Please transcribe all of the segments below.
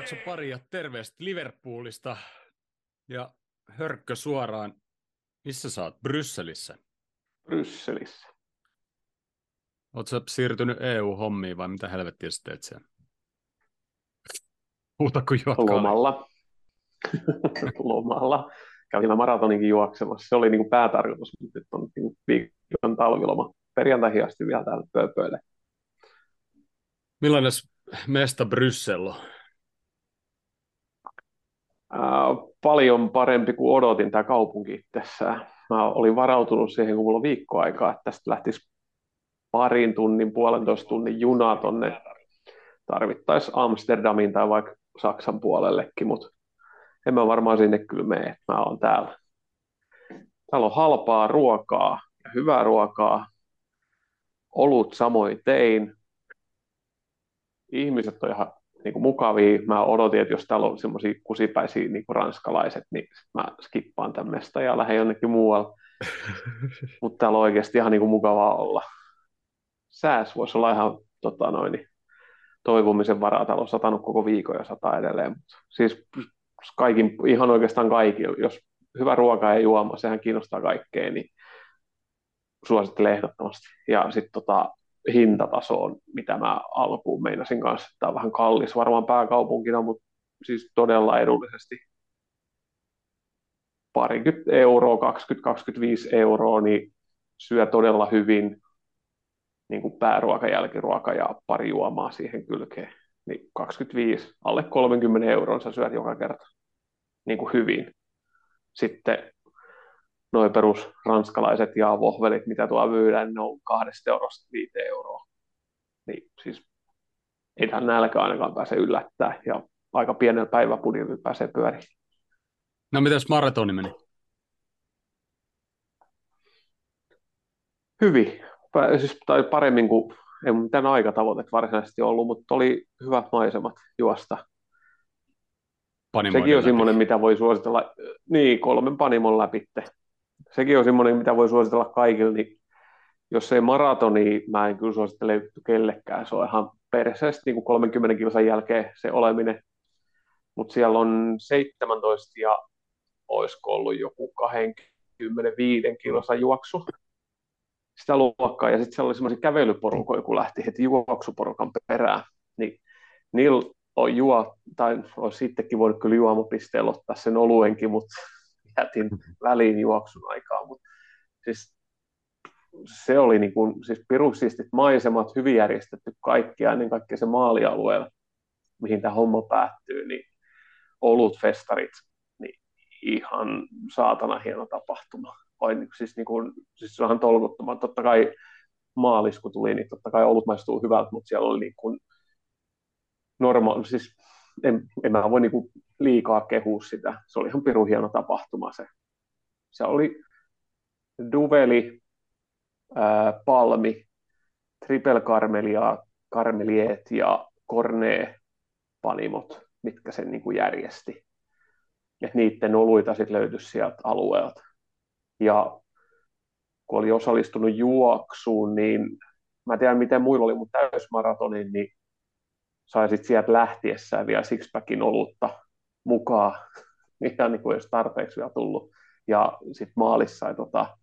jakso pari ja terveistä Liverpoolista. Ja hörkkö suoraan. Missä sä oot? Brysselissä. Brysselissä. Oot sä siirtynyt EU-hommiin vai mitä helvettiä sä teet siellä? Muuta kuin juot kalja. Lomalla. Lomalla. Kävin maratoninkin juoksemassa. Se oli niin kuin päätarkoitus, mutta nyt on niin kuin viikon talviloma. Perjantaihin asti vielä täällä pööpöille. Millainen mesta Bryssel on? Paljon parempi kuin odotin tämä kaupunki itsessään. Mä olin varautunut siihen, kun mulla on viikko aikaa, että tästä lähtisi parin tunnin, puolentoista tunnin juna tonne tarvittaisi Amsterdamiin tai vaikka Saksan puolellekin, mutta en mä varmaan sinne kyllä mene, että mä oon täällä. Täällä on halpaa ruokaa ja hyvää ruokaa. Olut samoin tein. Ihmiset on ihan niin kuin mukavia. Mä odotin, että jos täällä on semmoisia kusipäisiä niin kuin ranskalaiset, niin mä skippaan tämmöistä ja lähden jonnekin muualle. Mutta täällä on oikeasti ihan niin kuin mukavaa olla. Sääs voisi olla ihan toivomisen varaa. Täällä on satanut koko viikon ja sataa edelleen. Siis ihan oikeastaan kaikilla. Jos hyvä ruoka ja juoma, sehän kiinnostaa kaikkea, niin suosittelen ehdottomasti. Ja sitten hintataso on, mitä mä alkuun meinasin kanssa, että tämä on vähän kallis varmaan pääkaupunkina, mutta siis todella edullisesti. Parikymmentä euroa, 20-25 euroa, niin syö todella hyvin niin kuin pääruoka, jälkiruoka ja pari juomaa siihen kylkeen. Niin 25, alle 30 euroa sä syöt joka kerta niin kuin hyvin. Sitten noin perus ranskalaiset ja vohvelit, mitä tuolla myydään, ne on 2 eurosta 5 euroa. Niin siis eihän nälkä ainakaan pääse yllättää ja aika pienellä päiväbudjetilla pääsee pyöriin. No mitäs maratoni meni? Hyvin, siis, tai paremmin kuin, ei mitään aikatavoitetta varsinaisesti ollut, mutta oli hyvät maisemat juosta. Sekin on Panimoiden läpi. semmoinen, mitä voi suositella, niin 3 panimon läpitte. Sekin on semmoinen, mitä voi suositella kaikille, niin jos ei maratoni, mä en kyllä suosittele kellekään, se on ihan perseestä niin kuin 30 kilsan jälkeen se oleminen. Mutta siellä on 17 ja olisiko ollut joku 25 kilsan juoksu sitä luokkaa. Ja sitten siellä oli semmoisia kävelyporukoja, kun lähti heti juoksuporukan perään. Niin niillä on tai olisi sittenkin voinut kyllä juomapisteellä ottaa sen oluenkin, mutta jätin väliin juoksun aikaa. Mut siis se oli niin kuin, siis piruksistit maisemat, hyvin järjestetty kaikkia, ennen kaikkea se maalialueella, mihin tämä homma päättyy, niin olutfestarit, niin ihan saatana hieno tapahtuma. Siis se on ihan tolkuttoman. Totta kai maalis, kun tuli, niin totta kai olut maistuu hyvältä, mutta siellä oli niin kuin normaali, siis en mä voi niin kuin liikaa kehua sitä. Se oli ihan pirun hieno tapahtuma se. Se oli Duveli, Palmi, Triple Carmelia, Carmeliet ja Cornet panimot, mitkä sen niin kuin järjesti. Et niiden oluita sitten löytyi sieltä alueelta. Ja kun oli osallistunut juoksuun, niin mä en tiedä miten muilla oli, mutta täysmaratonin, niin sai sitten sieltä lähtiessään vielä sixpackin olutta mukaan. Ihan niin kuin edes tarpeeksi vielä tullut. Ja sitten maalissa sai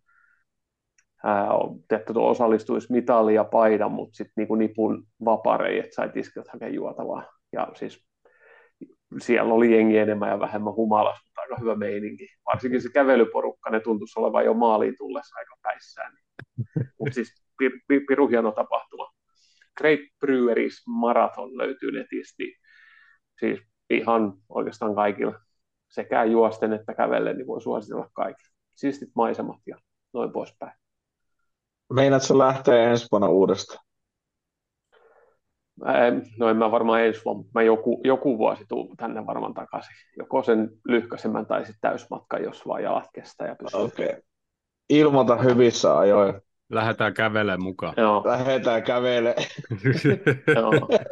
osallistuisi ja paidan, mutta sitten niinku nipun vaparei, että sai tiskiltä hakea juotavaa. Ja siis siellä oli jengi enemmän ja vähemmän humalas, mutta aika hyvä meininki. Varsinkin se kävelyporukka, ne tuntuisi olevan jo maaliin tullessa aika päissään. Mutta siis pirun hieno tapahtuma. Great Breweries Marathon löytyy netistä. Siis ihan oikeastaan kaikilla sekä juosten että kävellen, niin voi suositella kaikille. Siistit maisemat ja noin poispäin. Meinaatko lähteä ensi vuonna uudestaan? No en mä varmaan ensi vuonna, mutta mä joku vuosi tuun tänne varmaan takaisin. Joko sen lyhkäisemmän tai sitten täysmatkan, jos vaan jalat kestää ja pysyy. Okei. Okay. Ilmoita hyvissä ajoin. Lähdetään kävelemään mukaan. Joo. Lähdetään kävelemään. Joo.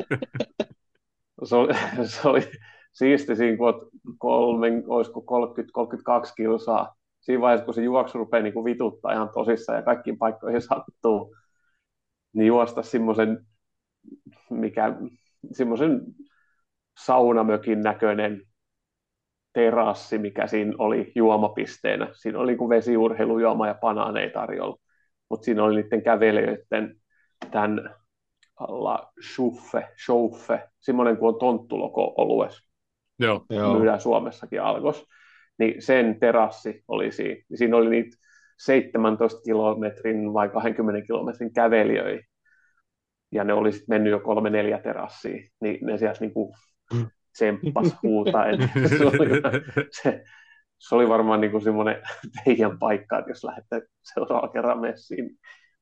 Se oli siisti siinä, kun olisiko 30-32 kilsaa. Siinä vaiheessa, kun se juoksu rupeaa niin kuin vituttaa ihan tosissaan ja kaikkiin paikkoihin sattuu, niin juosta semmoisen saunamökin näköinen terassi, mikä siinä oli juomapisteenä. Siinä oli niin vesiurheilujuoma ja banaaneja tarjolla, mutta siinä oli niiden kävelijöiden tämän La Chauffe, semmoinen kuin on tonttuloko olues. Joo. Myydään Suomessakin Alkos, niin sen terassi oli siinä. Siinä oli niitä 17 kilometrin vai 20 kilometrin kävelijöitä, ja ne oli sitten mennyt jo 3-4 terassia, niin ne sieltä niinku tsemppas huutaen. Se oli varmaan niinku semmoinen teidän paikka, että jos lähdette seuraavalla kerran messiin.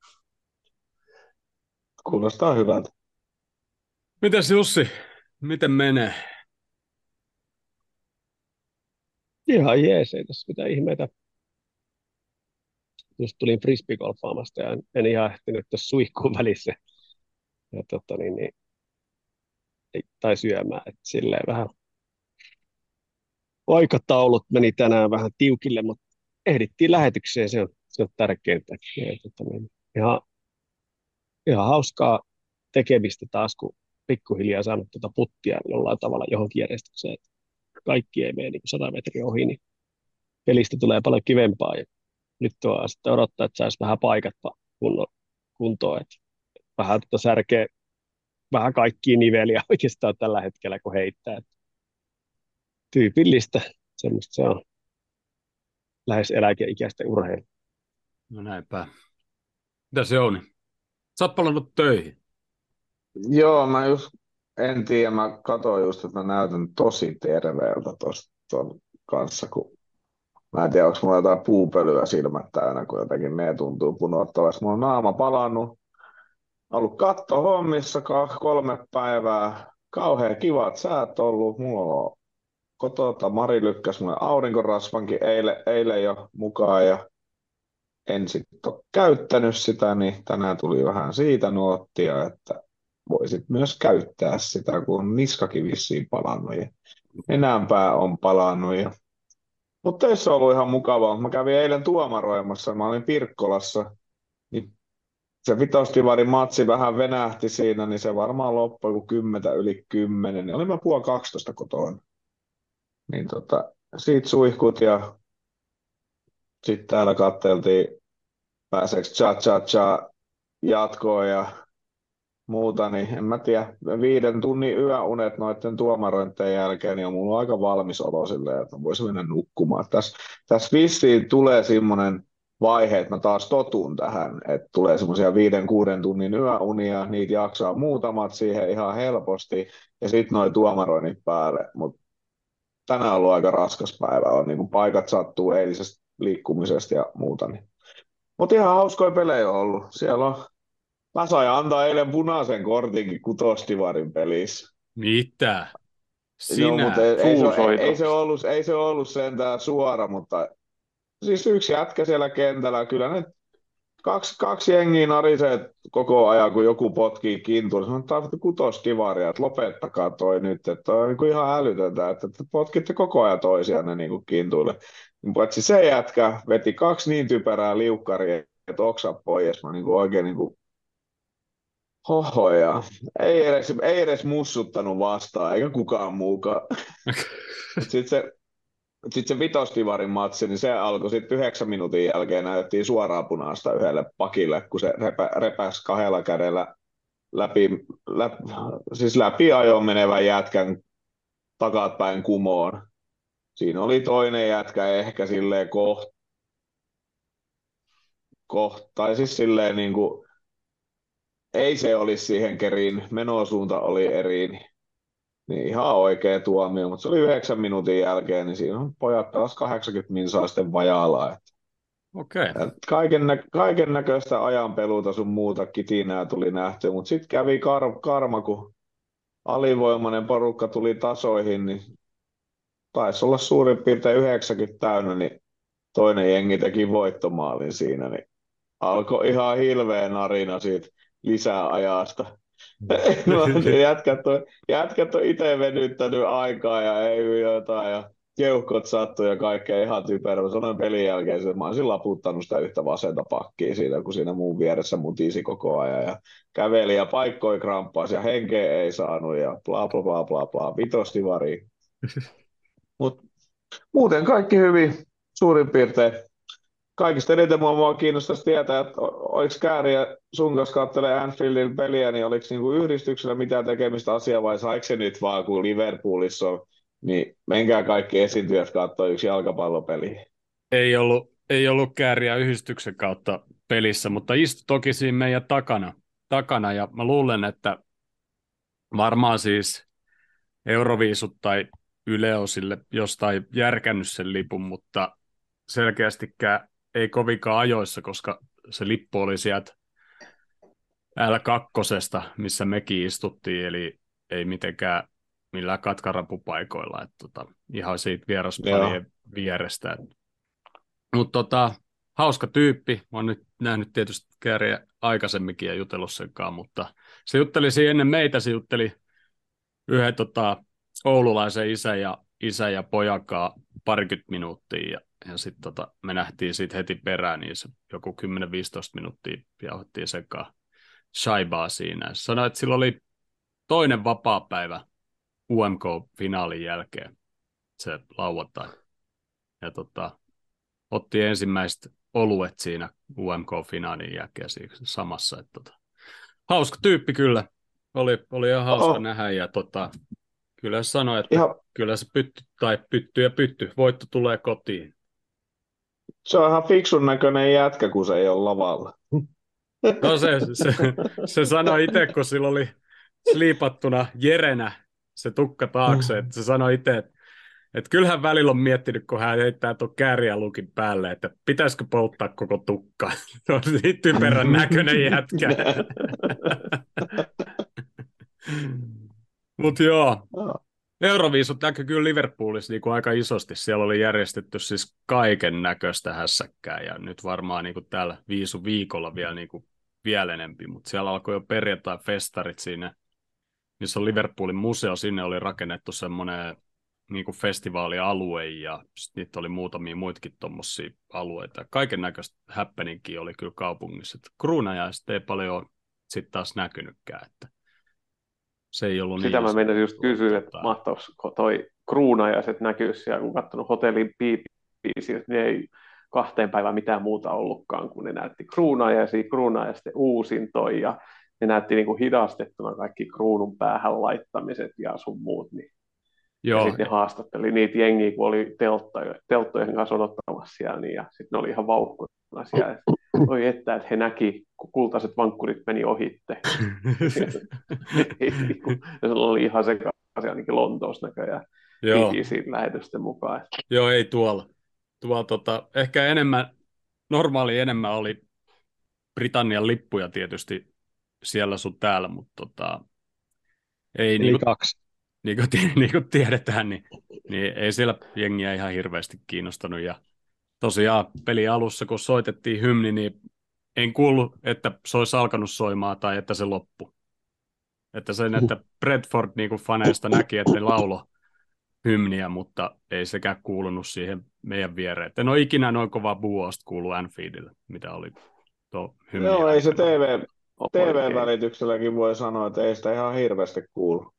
Kuulostaa hyvältä. Mitäs Jussi, miten menee? Ihan jees, ei tässä mitään ihmeitä. Just tulin frisbeegolfaamasta ja en ihan ehtinyt tässä suihkuun välissä. Ja tai syömään. Et silleen vähän aikataulut meni tänään vähän tiukille, mutta ehdittiin lähetykseen, se on tärkeintä. Ja, ihan hauskaa tekemistä taas, kun pikkuhiljaa saanut puttia jollain tavalla johonkin järjestykseen. Kaikki ei mene niin 100 metriä ohi, niin pelistä tulee paljon kivempaa. Ja nyt on sitten odottaa, että saisi vähän paikat kuntoon. Että vähän särkee vähän kaikkia niveliä oikeastaan tällä hetkellä, kun heittää. Että tyypillistä. Semmoista se on lähes eläkeikäistä urheilua. No näinpä. Mitäs Jouni? Sä oot palannut töihin. Joo, mä just en tiedä, mä katsoin just, että mä näytän tosi terveeltä ton kanssa, kun mä en tiedä, onko mulla jotain puupölyä silmät täynnä, kun jotenkin ne tuntuu punottavasti. Mulla on naama palannut, ollut katto hommissa 3 päivää, kauhean kivat säät ollut, mulla on kotota, Mari lykkäsi mulle aurinkorasvankin eilen jo mukaan ja en sitten ole käyttänyt sitä, niin tänään tuli vähän siitä nuottia, että voisit myös käyttää sitä, kun on niskakin vissiin palannut ja nenänpää on palannut. Mutta teissä on ollut ihan mukavaa. Mä kävin eilen tuomaroimassa, mä olin Pirkkolassa, niin se vitostivarin matsi vähän venähti siinä, niin se varmaan loppui joku 10:10, niin olin mä 11:30 kotona. Niin siitä suihkut ja sitten täällä katseltiin, pääseekö cha-cha-cha jatkoon ja muuta, niin en mä tiedä, 5 tunnin yöunet noiden tuomarointeen jälkeen, niin on mulla aika valmis olo silleen, että voisi mennä nukkumaan. Tässä vissiin tulee semmoinen vaihe, että mä taas totun tähän, että tulee semmoisia 5-6 tunnin yöunia, niitä jaksaa muutamat siihen ihan helposti, ja sitten noi tuomaroinnit päälle, mutta tänään on ollut aika raskas päivä, on niin kuin paikat sattuu eilisestä liikkumisesta ja muuta. Niin. Mutta ihan hauskoja pelejä on ollut. Siellä on, mä sain antaa eilen punaisen kortinkin kutostivarin pelissä. Mitä? Sinä? No, mutta ei se ollut sentään suora, mutta siis yksi jätkä siellä kentällä. Kyllä ne kaksi jengiä narisee koko ajan, kun joku potkii kintuun. Sanoin, että tarvitsee kutostivaria, että lopettakaa toi nyt. Että on niin ihan älytöntä, että potkitte koko ajan toisianne niin kintuille. Paitsi se jätkä veti 2 niin typerää liukkaria, että oksa pois. Mä niin oikein niin kuin hohoja. Ei edes mussuttanut vastaan, eikä kukaan muukaan. Sitten se vitostivarin matsi, niin se alkoi sitten 9 minuutin jälkeen, näytettiin suoraan punaista yhdelle pakille, kun se repäsi 2 kädellä läpi ajoon menevän jätkän takatpäin kumoon. Siinä oli toinen jätkä ehkä silleen tai siis silleen niin kuin, ei se olisi siihen keriin, menosuunta oli eri, niin ihan oikea tuomio, mutta se oli 9 minuutin jälkeen, niin siinä on pojat taas 80 minsaa sitten vajaalla. Okei. Kaiken näköistä ajanpeluuta sun muuta kitinää tuli nähty, mutta sitten kävi karma, kun alivoimainen porukka tuli tasoihin, niin taisi olla suurin piirtein 90 täynnä, niin toinen jengi teki voittomaalin siinä, niin alkoi ihan hilveä narina siitä lisäajasta. No, jätkät on itse venyttänyt aikaa ja ei jotain. Ja keuhkot sattui ja kaikkea ihan typerä. Mä sanoin pelin jälkeen, että mä olisin laputtanut sitä yhtä vasenta pakkia siinä, kun siinä muun vieressä mutisi koko ajan. Ja käveli ja paikkoi kramppasi ja henkeä ei saanut ja bla bla bla bla bla. Vitostivari. Mut muuten kaikki hyvin, suurin piirtein. Kaikista eniten mua kiinnostaisi tietää, että oliko Kääriä sun kanssa katselee Anfieldin peliä, niin oliko niinku yhdistyksellä mitään tekemistä asiaa vai saiko se nyt vaan, kun Liverpoolissa on, niin menkää kaikki esiintyjät katsoa yksi jalkapallopeli. Ei ollut Kääriä yhdistyksen kautta pelissä, mutta istui toki siinä meidän takana ja mä luulen, että varmaan siis Euroviisut tai Yle on sille jostain järkännyt sen lipun, mutta selkeästikään ei kovinkaan ajoissa, koska se lippu oli sieltä L2, missä mekin istuttiin, eli ei mitenkään millään katkarapupaikoilla, että ihan siitä vieraspalien vierestä. Mutta hauska tyyppi, mä oon nyt nähnyt tietysti Kääriä aikaisemminkin ja jutellut senkaan, mutta se jutteli siinä ennen meitä, se jutteli yhden oululaisen isän ja pojankaan parikymmentä minuuttia ja sitten me nähtiin siitä heti perään, niin se joku 10-15 minuuttia jauhettiin sekaan shaibaa siinä. Sanoi, että sillä oli toinen vapaapäivä UMK-finaalin jälkeen, se lauantai. Ja otti ensimmäiset oluet siinä UMK-finaalin jälkeen siinä samassa. Että hauska tyyppi kyllä. Oli ihan hauska nähdä ja kyllä se sanoi, että kyllä se pytty. Voitto tulee kotiin. Se on ihan fiksun näköinen jätkä, kun se ei ole lavalla. No se sanoi itse, kun sillä oli sliipattuna Jerenä se tukka taakse, että se sanoi itse, että kyllähän välillä on miettinyt, kun hän heittää tuon Kääriä lukin päälle, että pitäisikö polttaa koko tukka. Se on niin typerän näköinen jätkä. Mutta joo, Euroviisut näkyi kyllä Liverpoolissa niin kuin aika isosti. Siellä oli järjestetty siis kaiken näköistä hässäkkää ja nyt varmaan niin kuin täällä viikolla vielä, niin kuin vielä enempi, mutta siellä alkoi jo perjantai-festarit siinä, missä on Liverpoolin museo, sinne oli rakennettu semmoinen niin kuin festivaalialue ja niitä oli muutamia muitakin tuommoisia alueita. Kaiken näköistä happeningia oli kyllä kaupungissa. Kruunajaiset ei paljon sitten taas näkynytkään, että se ei ollut sitä mä meinasin just kysyä, että mahtaisiko toi kruunajaiset näkyy siellä, kun katsonut hotellin BBC, että ne ei 2 päivään mitään muuta ollutkaan, kun ne näytti kruunajaisten uusintoja ja ne näytti niin kuin hidastettuna kaikki kruunun päähän laittamiset ja sun muut. Niin. Ja sitten ne haastatteli niitä jengiä, kun oli telttojen kanssa odottamassa siellä, niin, ja sitten ne oli ihan vauhkuina siellä. Oi että he näki, kun kultaiset vankkurit meni ohitte. Ja se oli ihan sekaisin ainakin Lontoossa näköjään BBC lähetysten mukaan. Joo, ei tuolla ehkä normaali enemmän oli Britannian lippuja tietysti siellä sun täällä, mutta ei Eli 2. Niin kuin tiedetään, niin ei siellä jengiä ihan hirveästi kiinnostanut. Ja tosiaan peli alussa, kun soitettiin hymni, niin en kuullut, että se olisi alkanut soimaan tai että se loppui. Että Bradford niin kuin faneista näki, että ne laulo hymniä, mutta ei sekään kuulunut siihen meidän viereen. En ole ikinä noin kovaa buosta kuullut Anfieldille, mitä oli tuo hymni. Joo, ei se TV-välitykselläkin voi sanoa, että ei sitä ihan hirveästi kuulu.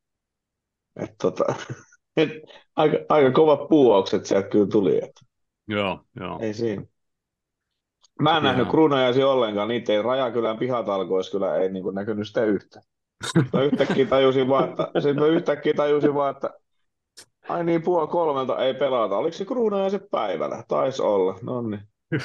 Aika kovat puuaukset sieltä kyllä tuli. Että. Joo. Ei siinä. Mä en nähnyt kruunajaisia ollenkaan. Niitä ei Rajakylän pihatalkoissa kyllä ei niin kuin näkynyt sitä yhtä. Mä yhtäkkiä tajusin vaan, että ai niin, 2:30 ei pelata. Oliko se kruunajaiset päivällä? Taisi olla. Nonni.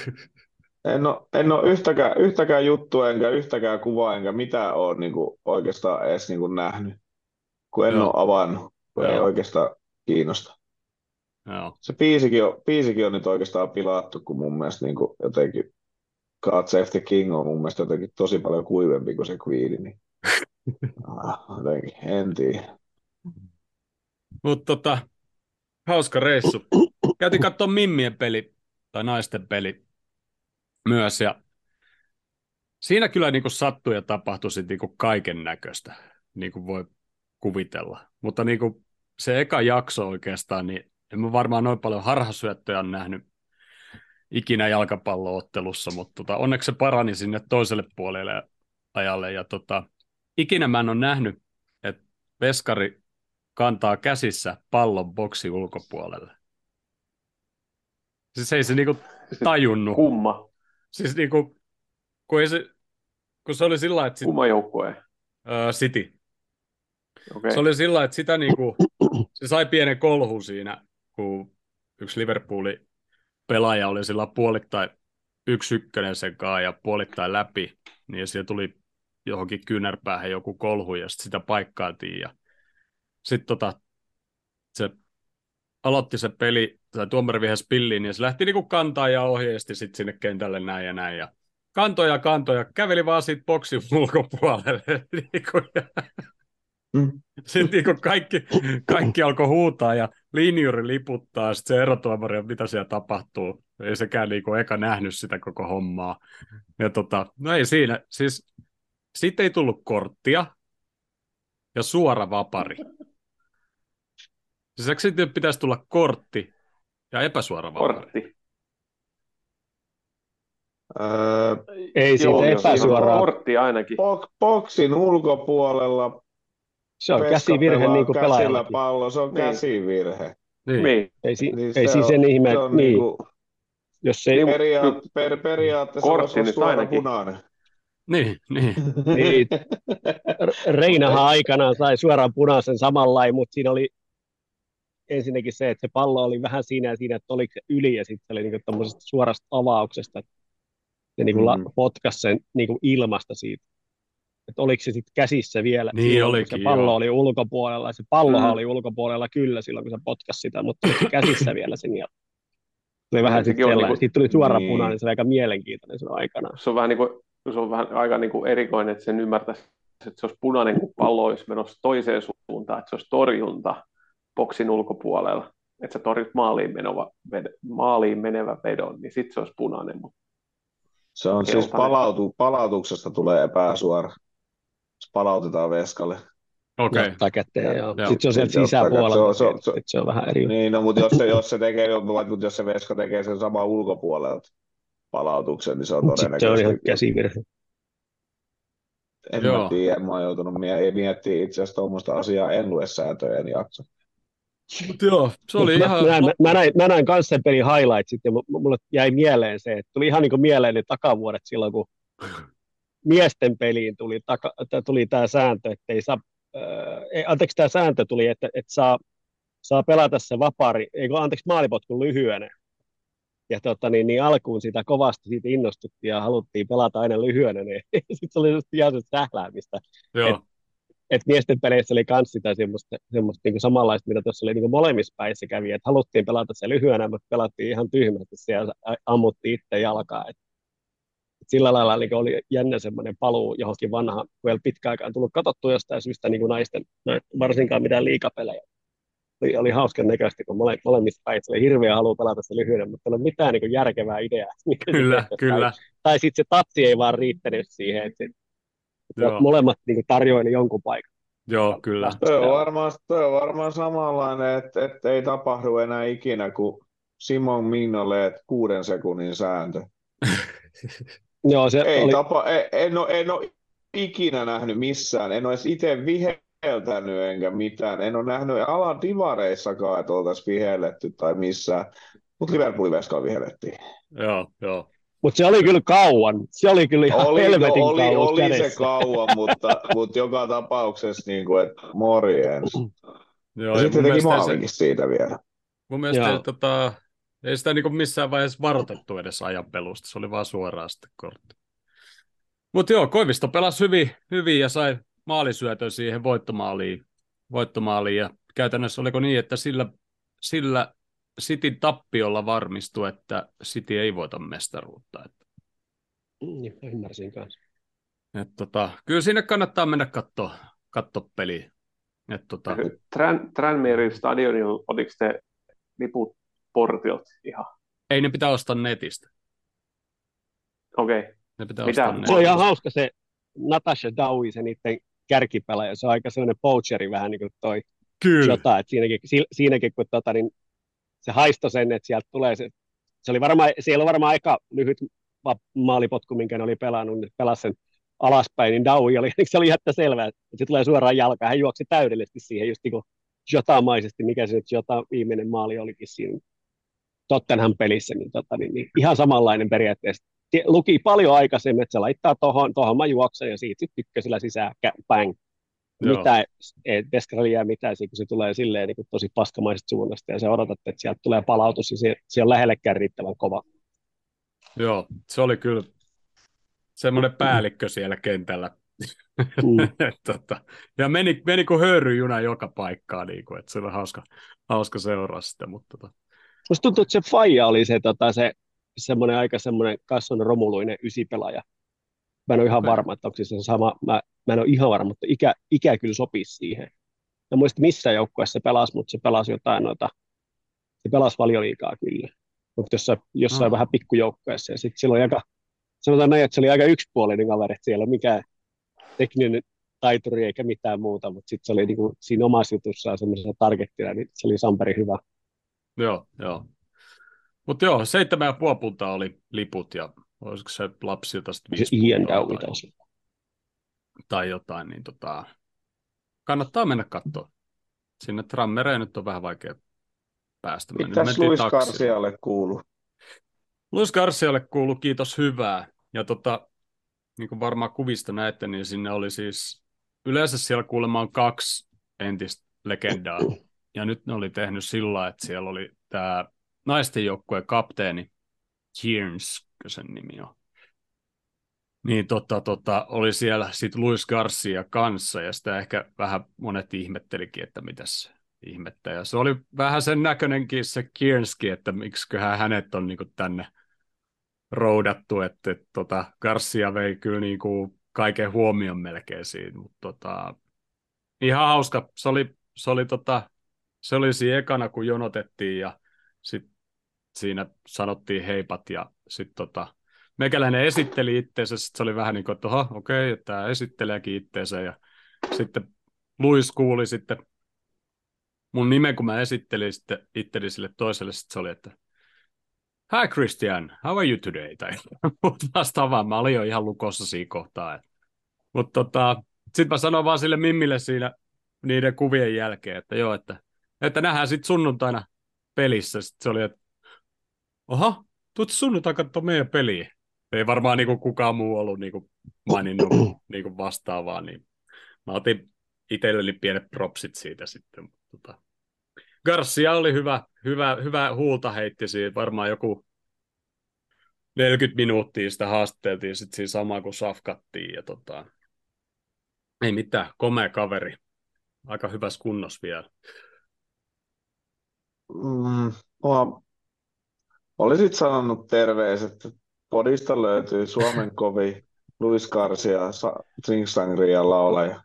En ole yhtäkään juttua enkä yhtäkään kuvaa enkä mitään ole niin kuin oikeastaan edes niin kuin nähnyt, kun en ole avannut. Ei oikeastaan kiinnosta. Joo. Se biisikin on nyt oikeastaan pilattu, kun mun mielestä niin kuin jotenkin God Save the King on mun mielestä jotenkin tosi paljon kuivempi kuin se Queen. Niin. Jotenkin, en tiedä. Mutta hauska reissu. Käytiin katsoa mimmien peli tai naisten peli myös ja siinä kyllä niin kuin sattui ja tapahtui niin kuin kaiken näköistä, niin kuin voi kuvitella. Mutta niin kuin se eka jakso oikeastaan, niin en mä varmaan noin paljon harhasyöttöjä on nähnyt ikinä jalkapalloottelussa, mutta onneksi se parani sinne toiselle puolelle ajalle. Ja ikinä mä en ole nähnyt, että veskari kantaa käsissä pallon boksi ulkopuolelle. Siis ei se niinku tajunnut. Kumma. Siis niinku, kun se oli sillä että Kumma joukkue? City. Okay. Se oli sillä että sitä niinku, se sai pienen kolhun siinä, kun yksi Liverpoolin pelaaja oli sillä puolittain 1-1 sen kanssa ja puolittain läpi, niin siellä tuli johonkin kyynärpäähän joku kolhu ja sitä paikkailtiin ja sitten se aloitti se peli, tai tuomari vihasi pilliin, ja se lähti niinku kantaa ja ohjeisti sitten sinne kentälle näin ja näin, ja kantoja, käveli vaan siitä boksin ulkopuolelle, sitten niinku kaikki alkoi huutaa, ja linjuri liputtaa, sitten se erotuomari, mitä siellä tapahtuu, ei sekään niinku eka nähnyt sitä koko hommaa, ja no ei siinä, siis siitä ei tullut korttia, ja suora vapari. Siis sitten pitäisi tulla kortti ja epäsuora vapari. Kortti. Ei siitä epäsuoraa. Kortti ainakin. Boksin ulkopuolella. Se on käsivirhe niin kuin pelaajallakin. Pallo, se on käsivirhe. Niin. Ei niin siis sen ihme, se on niin. Niinku, jos ei... periaatteessa kortti on suora ainakin. punainen. Niin. niin. Reinahan aikanaan sai suoraan punaisen samanlain, mutta siinä oli ensinnäkin se, että se pallo oli vähän siinä, että oliko se yli, ja sitten se oli niinku tommosesta suorasta avauksesta, että se niinku potkasi sen niinku ilmasta siitä. Että oliko se sitten käsissä vielä, niin silloin, olikin, se pallo oli ulkopuolella, ja se pallohan oli ulkopuolella kyllä silloin, kun se potkasi sitä, mutta oli käsissä vielä sen jälkeen. Se oli vähän sitten sellainen, niinku, siitä tuli suora punainen, se oli aika mielenkiintoinen silloin aikanaan. Se on vähän aika niinku erikoinen, että sen ymmärtäisi, että se olisi punainen, kun pallo olisi menossa toiseen suuntaan, että se olisi torjunta boksin ulkopuolella, että sä torjut maaliin menevä vedon, niin sitten se olisi punainen. Se on siis palautuksesta tulee epäsuora. Se palautetaan veskalle. Okei. Ottaa käteen, joo. Sitten se on sieltä sisäpuolella, se on vähän eri. Niin, no, mutta jos se veska tekee sen saman ulkopuolelta palautuksen, niin se on todennäköisesti. Se on ihan käsivirhe. En mä tiedä, mä oon joutunut miettimään itse asiassa tuommoista asiaa, en lue sääntöjä, en jaksa. Joo, se oli ihan... Mä näin kanssa sen pelin highlightsit, ja mulle jäi mieleen se, että tuli ihan niin kuin mieleen ne takavuodet silloin, kun miesten peliin tuli tämä sääntö, että ei saa... tämä sääntö tuli, että saa pelata se maalipotkun lyhyenä. Ja niin alkuun sitä kovasti siitä innostuttiin ja haluttiin pelata aina lyhyenä, niin sitten se oli ihan sähläämistä. Et miesten peleissä oli myös sitä semmoista niinku samanlaista, mitä tuossa oli niinku molemmissa päissä kävi, että haluttiin pelata se lyhyenä, mutta pelattiin ihan tyhmästi siellä ammuttiin itse jalkaa. Et sillä lailla niinku oli jännä semmoinen paluu johonkin vanhaan, kun ei ole pitkään aikaan tullut katsottua jostain syystä niinku naisten, varsinkaan mitään liigapelejä. Oli hauskan näköisesti, kun molemmissa päissä oli hirveä halu pelata se lyhyenä, mutta ei ole mitään niinku järkevää ideaa. Kyllä. Tai sitten se tatsi ei vaan riittänyt siihen, että molemmat niin tarjoili jonkun paikan. Joo, kyllä. Tuo on varmaan samanlainen, että ei tapahdu enää ikinä, kuin Simon Mignolet 6 sekunnin sääntö. Joo, se ei oli... en ole ikinä nähnyt missään. En ole edes itse viheltänyt enkä mitään. En ole nähnyt alan divareissakaan, että oltaisiin vihelletty tai missään. Mutta Liverpoolin veskalla vihellettiin. Joo. Mutta se oli kyllä kauan. Se oli kyllä ihan helvetin kauan. Oli se kauan, mutta joka tapauksessa niin kuin, että morjens. Joo, ja sitten teki maalinkin siitä vielä. Mun mielestä ei sitä niin missään vaiheessa varoitettu edes ajanpelusta. Se oli vaan suoraan sitten kortti. Mutta joo, Koivisto pelasi hyvin ja sai maalisyötön siihen voittomaaliin. Ja käytännössä oliko niin, että sillä Cityn tappiolla varmistui, että City ei voita mestaruutta. Ymmärsin kanssa. Kyllä sinne kannattaa mennä katsoa peliä. Tranmerin stadionilla, oliko te liput portilta ihan? Ei, ne pitää ostaa netistä. Okei. Ne pitää ostaa netistä. Se on ihan hauska se Natasha Dowie, se niiden kärkipelaaja. Se on aika sellainen poacheri vähän niin kuin toi Jota, että siinäkin kun se haistoi sen, että sieltä tulee se oli varmaan, siellä on varmaan aika lyhyt maalipotku, minkä ne oli pelannut, niin pelasi sen alaspäin, niin Dowie oli, se oli ihan selvää, että se tulee suoraan jalkaan, hän juoksi täydellisesti siihen, just niin kuin Jota-maisesti, mikä se nyt Jota viimeinen maali olikin siinä Tottenham pelissä, niin ihan samanlainen periaatteessa. Luki paljon aikaisemmin, että se laittaa tohon mä juoksen ja siitä sitten ykkösellä sisään, bang. Mitä Descarali jää mitään, kun se tulee silleen niin kuin tosi paskamaisesta suunnasta ja se odotat, että sieltä tulee palautus ja se on lähellekään riittävän kova. Joo, se oli kyllä semmoinen päällikkö siellä kentällä. Ja meni kuin höyryjuna joka paikkaan, niin kuin, että se oli hauska seuraa sitä. Mutta musta tuntuu, että se faija oli se semmoinen aika semmoinen kasvon romuluinen ysipelaaja. Mä en ole ihan varma, että onko se sama. Mä en ole ihan varma, mutta ikä kyllä sopisi siihen. Mä muista missä joukkueessa se pelasi, mutta se pelasi jotain se pelasi Valioliigaa kyllä. Mutta jossain vähän pikkujoukkueessa. Ja sitten silloin sanotaan näin, että se oli aika yksipuolinen kaveri, että siellä ei ole mikään tekninen taituri eikä mitään muuta, mutta sitten se oli niinku siinä omassa jutussaan semmoisena targettina, niin se oli Samperi hyvä. Joo. Mutta joo, 7,5 puntaa oli liput ja olisiko se lapsilta sitten 5 puntaa tai jotain, niin kannattaa mennä katsoa. Sinne Trammereen nyt on vähän vaikea päästä. Mitäs Luis Garcialle kuuluu? Luis Garcialle kuuluu, kiitos hyvää. Ja niin kuin varmaan kuvista näette, niin sinne oli siis, yleensä siellä kuulemma on 2 entistä legendaa. Ja nyt ne oli tehnyt sillä, että siellä oli tämä naisten joukkueen kapteeni, Kearns, sen nimi on. Niin oli siellä sitten Luis Garcia kanssa, ja sitä ehkä vähän monet ihmettelikin, että mitäs ihmettä. Ja se oli vähän sen näköinenkin se Kearnskin, että miksiköhän hänet on niinku tänne roudattu, että Garcia vei kyllä niinku kaiken huomion melkein siinä, mutta ihan hauska. Se oli siinä ekana, kun jonotettiin, ja sitten siinä sanottiin heipat, ja sitten meikäläinen esitteli itteensä, sitten se oli vähän niin kuin, että okei, tämä esitteleekin itteensä, ja sitten Luis kuuli sitten mun nimen, kun mä esittelin sitten itteni sille toiselle, sitten se oli, että hi Christian, how are you today? Tai vastaavaan, mä olin jo ihan lukossa siinä kohtaa. Mutta sitten mä sanoin vaan sille Mimmille siinä niiden kuvien jälkeen, että joo, että nähdään sitten sunnuntaina pelissä. Sitten se oli, että tuut sunnuntaina katsoa meidän peliä. Ei varmaan niinku kukaan muu ollut niinku maininnut niinku vastaavaa, niin mä otin itselleni pienet propsit siitä sitten. Garcia oli hyvä huulta heitti siitä, varmaan joku 40 minuuttia sitä haasteltiin sitten siinä samaa kuin safkattiin. Ja ei mitään, komea kaveri. Aika hyvässä kunnossa vielä. Olisit sanonut terveiset, että podista löytyy Suomen kovin Luis Garcia, Singsangria laulaja.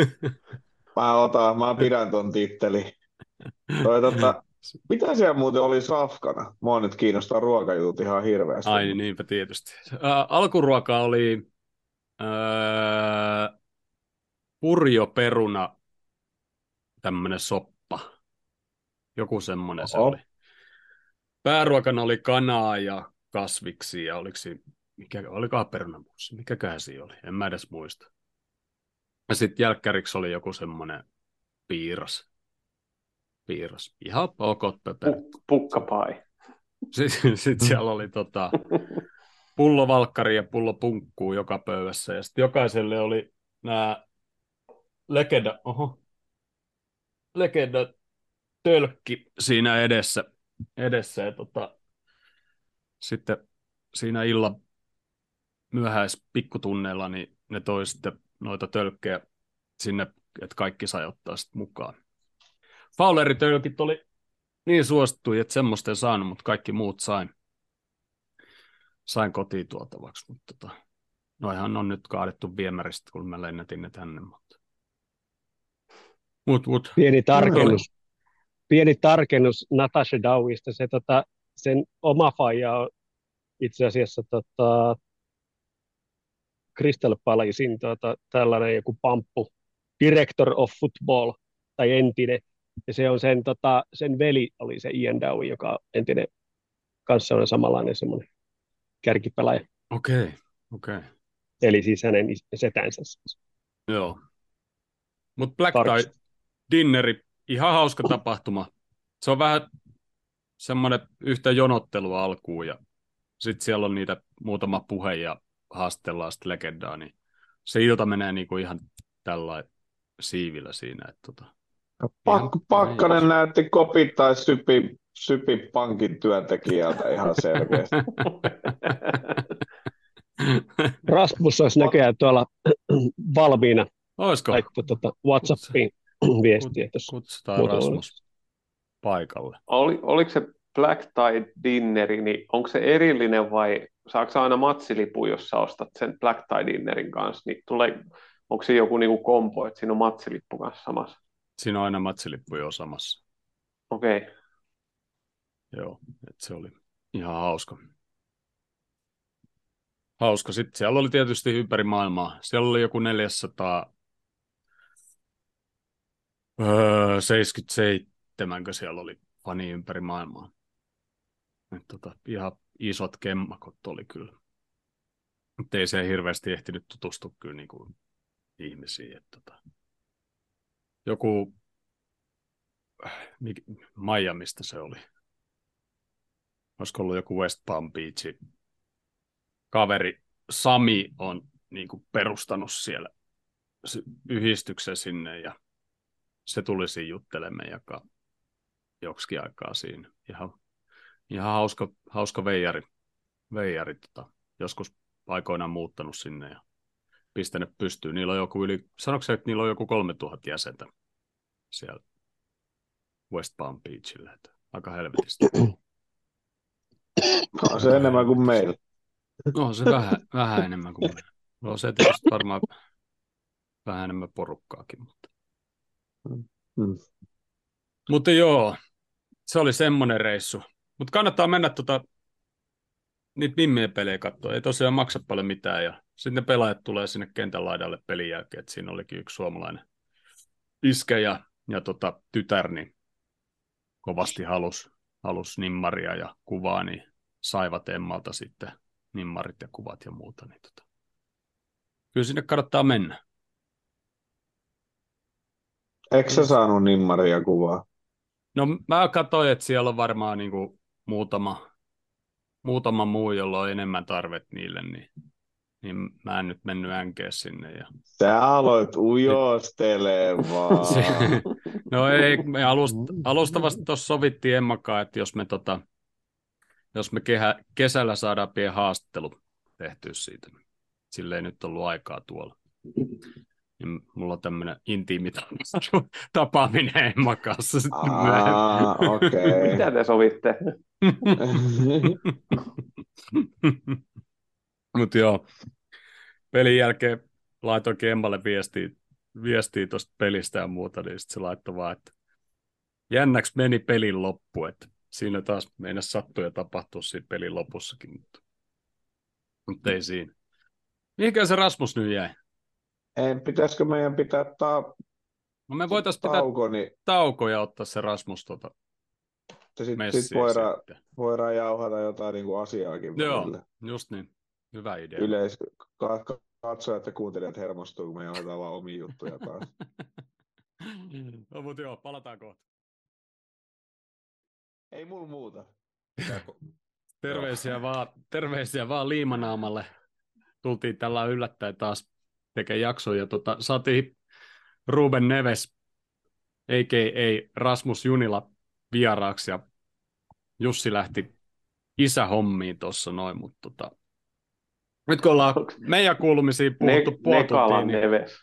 Mä pidän ton tittelin. Mitä siellä muuten oli safkana? Mua nyt kiinnostaa ruokajutut ihan hirveästi. Ai niinpä tietysti. Alkuruoka oli purjoperuna, tämmönen soppa. Joku semmoinen se oli. Pääruokana oli kanaa ja kasviksi ja olikohan perunamuusi? Mikäköhän siinä oli? En mä edes muista. Ja sitten jälkkäriksi oli joku semmoinen piiras. Ihan ok pöperä. Pukkapai. Sitten siellä oli pullovalkkari ja pullopunkkuu joka pöydässä. Ja sitten jokaiselle oli nämä legenda tölkki siinä edessä ja sitten siinä illan myöhäispikkutunneilla niin ne toi sitten noita tölkkejä sinne, että kaikki sai ottaa sitten mukaan. Fowleritölkit oli niin suosittuja, että semmoista ei saanut, mutta kaikki muut sain kotiin tuotavaksi. Mutta noihan on nyt kaadettu viemäristä, kun mä lennätin ne tänne. Pieni tarkennus Natasha Dowista. Sen oma faija on itse asiassa Crystal Palacein tällainen joku pamppu, director of football, tai entinen. Ja se on sen veli oli se Ian Dowie, joka on entinen kanssa on samanlainen semmoinen kärkipelaaja. Okei. Eli siis hänen setänsä. Joo. Mutta Black Parks. Tie Dinneri, ihan hauska tapahtuma. Se on vähän semmoinen yhtä jonottelua alkuun ja sitten siellä on niitä muutama puhe ja haastellaan sitten legendaa, niin se ilta menee niinku ihan tällainen siivillä siinä. Että Pakkanen näytti kopit tai sypi pankin työntekijältä ihan selkeästi. Rasmus olisi näköjään tuolla valmiina. Olisiko? Laittoi WhatsAppiin viestiä. Kutsutaan Rasmus paikalle. Oliko se Black Tie Dinneri, niin onko se erillinen vai saako aina matsilipu, jos sä ostat sen Black Tie Dinnerin kanssa, niin onko se joku niinku kompo, että siinä on matsilippu kanssa samassa? Siinä on aina matsilippu jo samassa. Okei. Okay. Joo, että se oli ihan hauska. Sitten siellä oli tietysti ympäri maailmaa. Siellä oli joku 477, kun siellä oli fani ympäri maailmaa. Ihan isot kemmakot oli kyllä. Mutta ei se hirveästi ehtinyt tutustua kyllä niin kuin ihmisiin. Joku Miamista se oli. Olisiko ollut joku West Palm Beach. Kaveri Sami on niin kuin perustanut siellä yhdistyksen sinne ja se tuli siinä juttelemaan joksikin aikaa siinä. Ihan hauska veijari joskus aikoinaan muuttanut sinne ja pistänyt pystyyn. Niillä on joku sanoiko se, että niillä on joku 3000 jäsentä siellä West Palm Beachillä. Että aika helvetistä. No, se enemmän kuin meillä. No se vähän enemmän kuin meillä. No se tietysti varmaan vähän enemmän porukkaakin. Mutta joo, se oli semmoinen reissu. Mutta kannattaa mennä niitä mimmien pelejä katsoa. Ei tosiaan maksa paljon mitään. Ja sitten ne pelaajat tulee sinne kentän laidalle pelin jälkeen. Et siinä olikin yksi suomalainen iskä ja tytär, niin kovasti halus nimmaria ja kuvaa, niin saivat Emmalta sitten nimmarit ja kuvat ja muuta. Niin kyllä sinne kannattaa mennä. Eikö sä saanut nimmaria kuvaa? No mä katsoin, että siellä on varmaan niin kuin muutama muu, jolla on enemmän tarvet niille, niin mä en nyt mennyt änkeä sinne. Ja sä aloit ujostelemaan. No ei, me alustavasti tuossa sovittiin Emmakaan, että jos me kesällä saadaan pieni haastattelu tehtyä siitä, niin sillä ei nyt ollut aikaa tuolla. Niin mulla on tämmöinen intiimi tapaaminen Emman kanssa. Okay. Mitä te sovitte? Mutta joo, pelin jälkeen laitoinkin Emmalle viestiä tuosta pelistä ja muuta, niin sitten se laittoi vaan, että jännäksi meni pelin loppu, että siinä taas meinasi sattua ja tapahtua siinä pelin lopussakin, mutta ei siinä. Mihinkään se Rasmus nyt jäi? Pitäisikö meidän pitää No me voitaisiin pitää tauko ja ottaa se Rasmus Sitten voidaan jauhata jotain niin kuin asiaakin. Joo, just niin. Hyvä idea. Katsojat ja kuuntelijat hermostuu, kun me johdetaan vaan omia juttuja taas. No, mutta joo, palataan kohta. Ei mulla muuta. Terveisiä vaan Liimanaamalle. Tultiin tällä yllättäen taas tekemään jaksoja. Saatiin Ruben Neves, a.k.a. Rasmus Junila, vieraaksi ja Jussi lähti isähommiin tuossa noin, mutta nyt kun ollaan meidän kuulumisiin puhuttu puoli tuntia, niin Neves.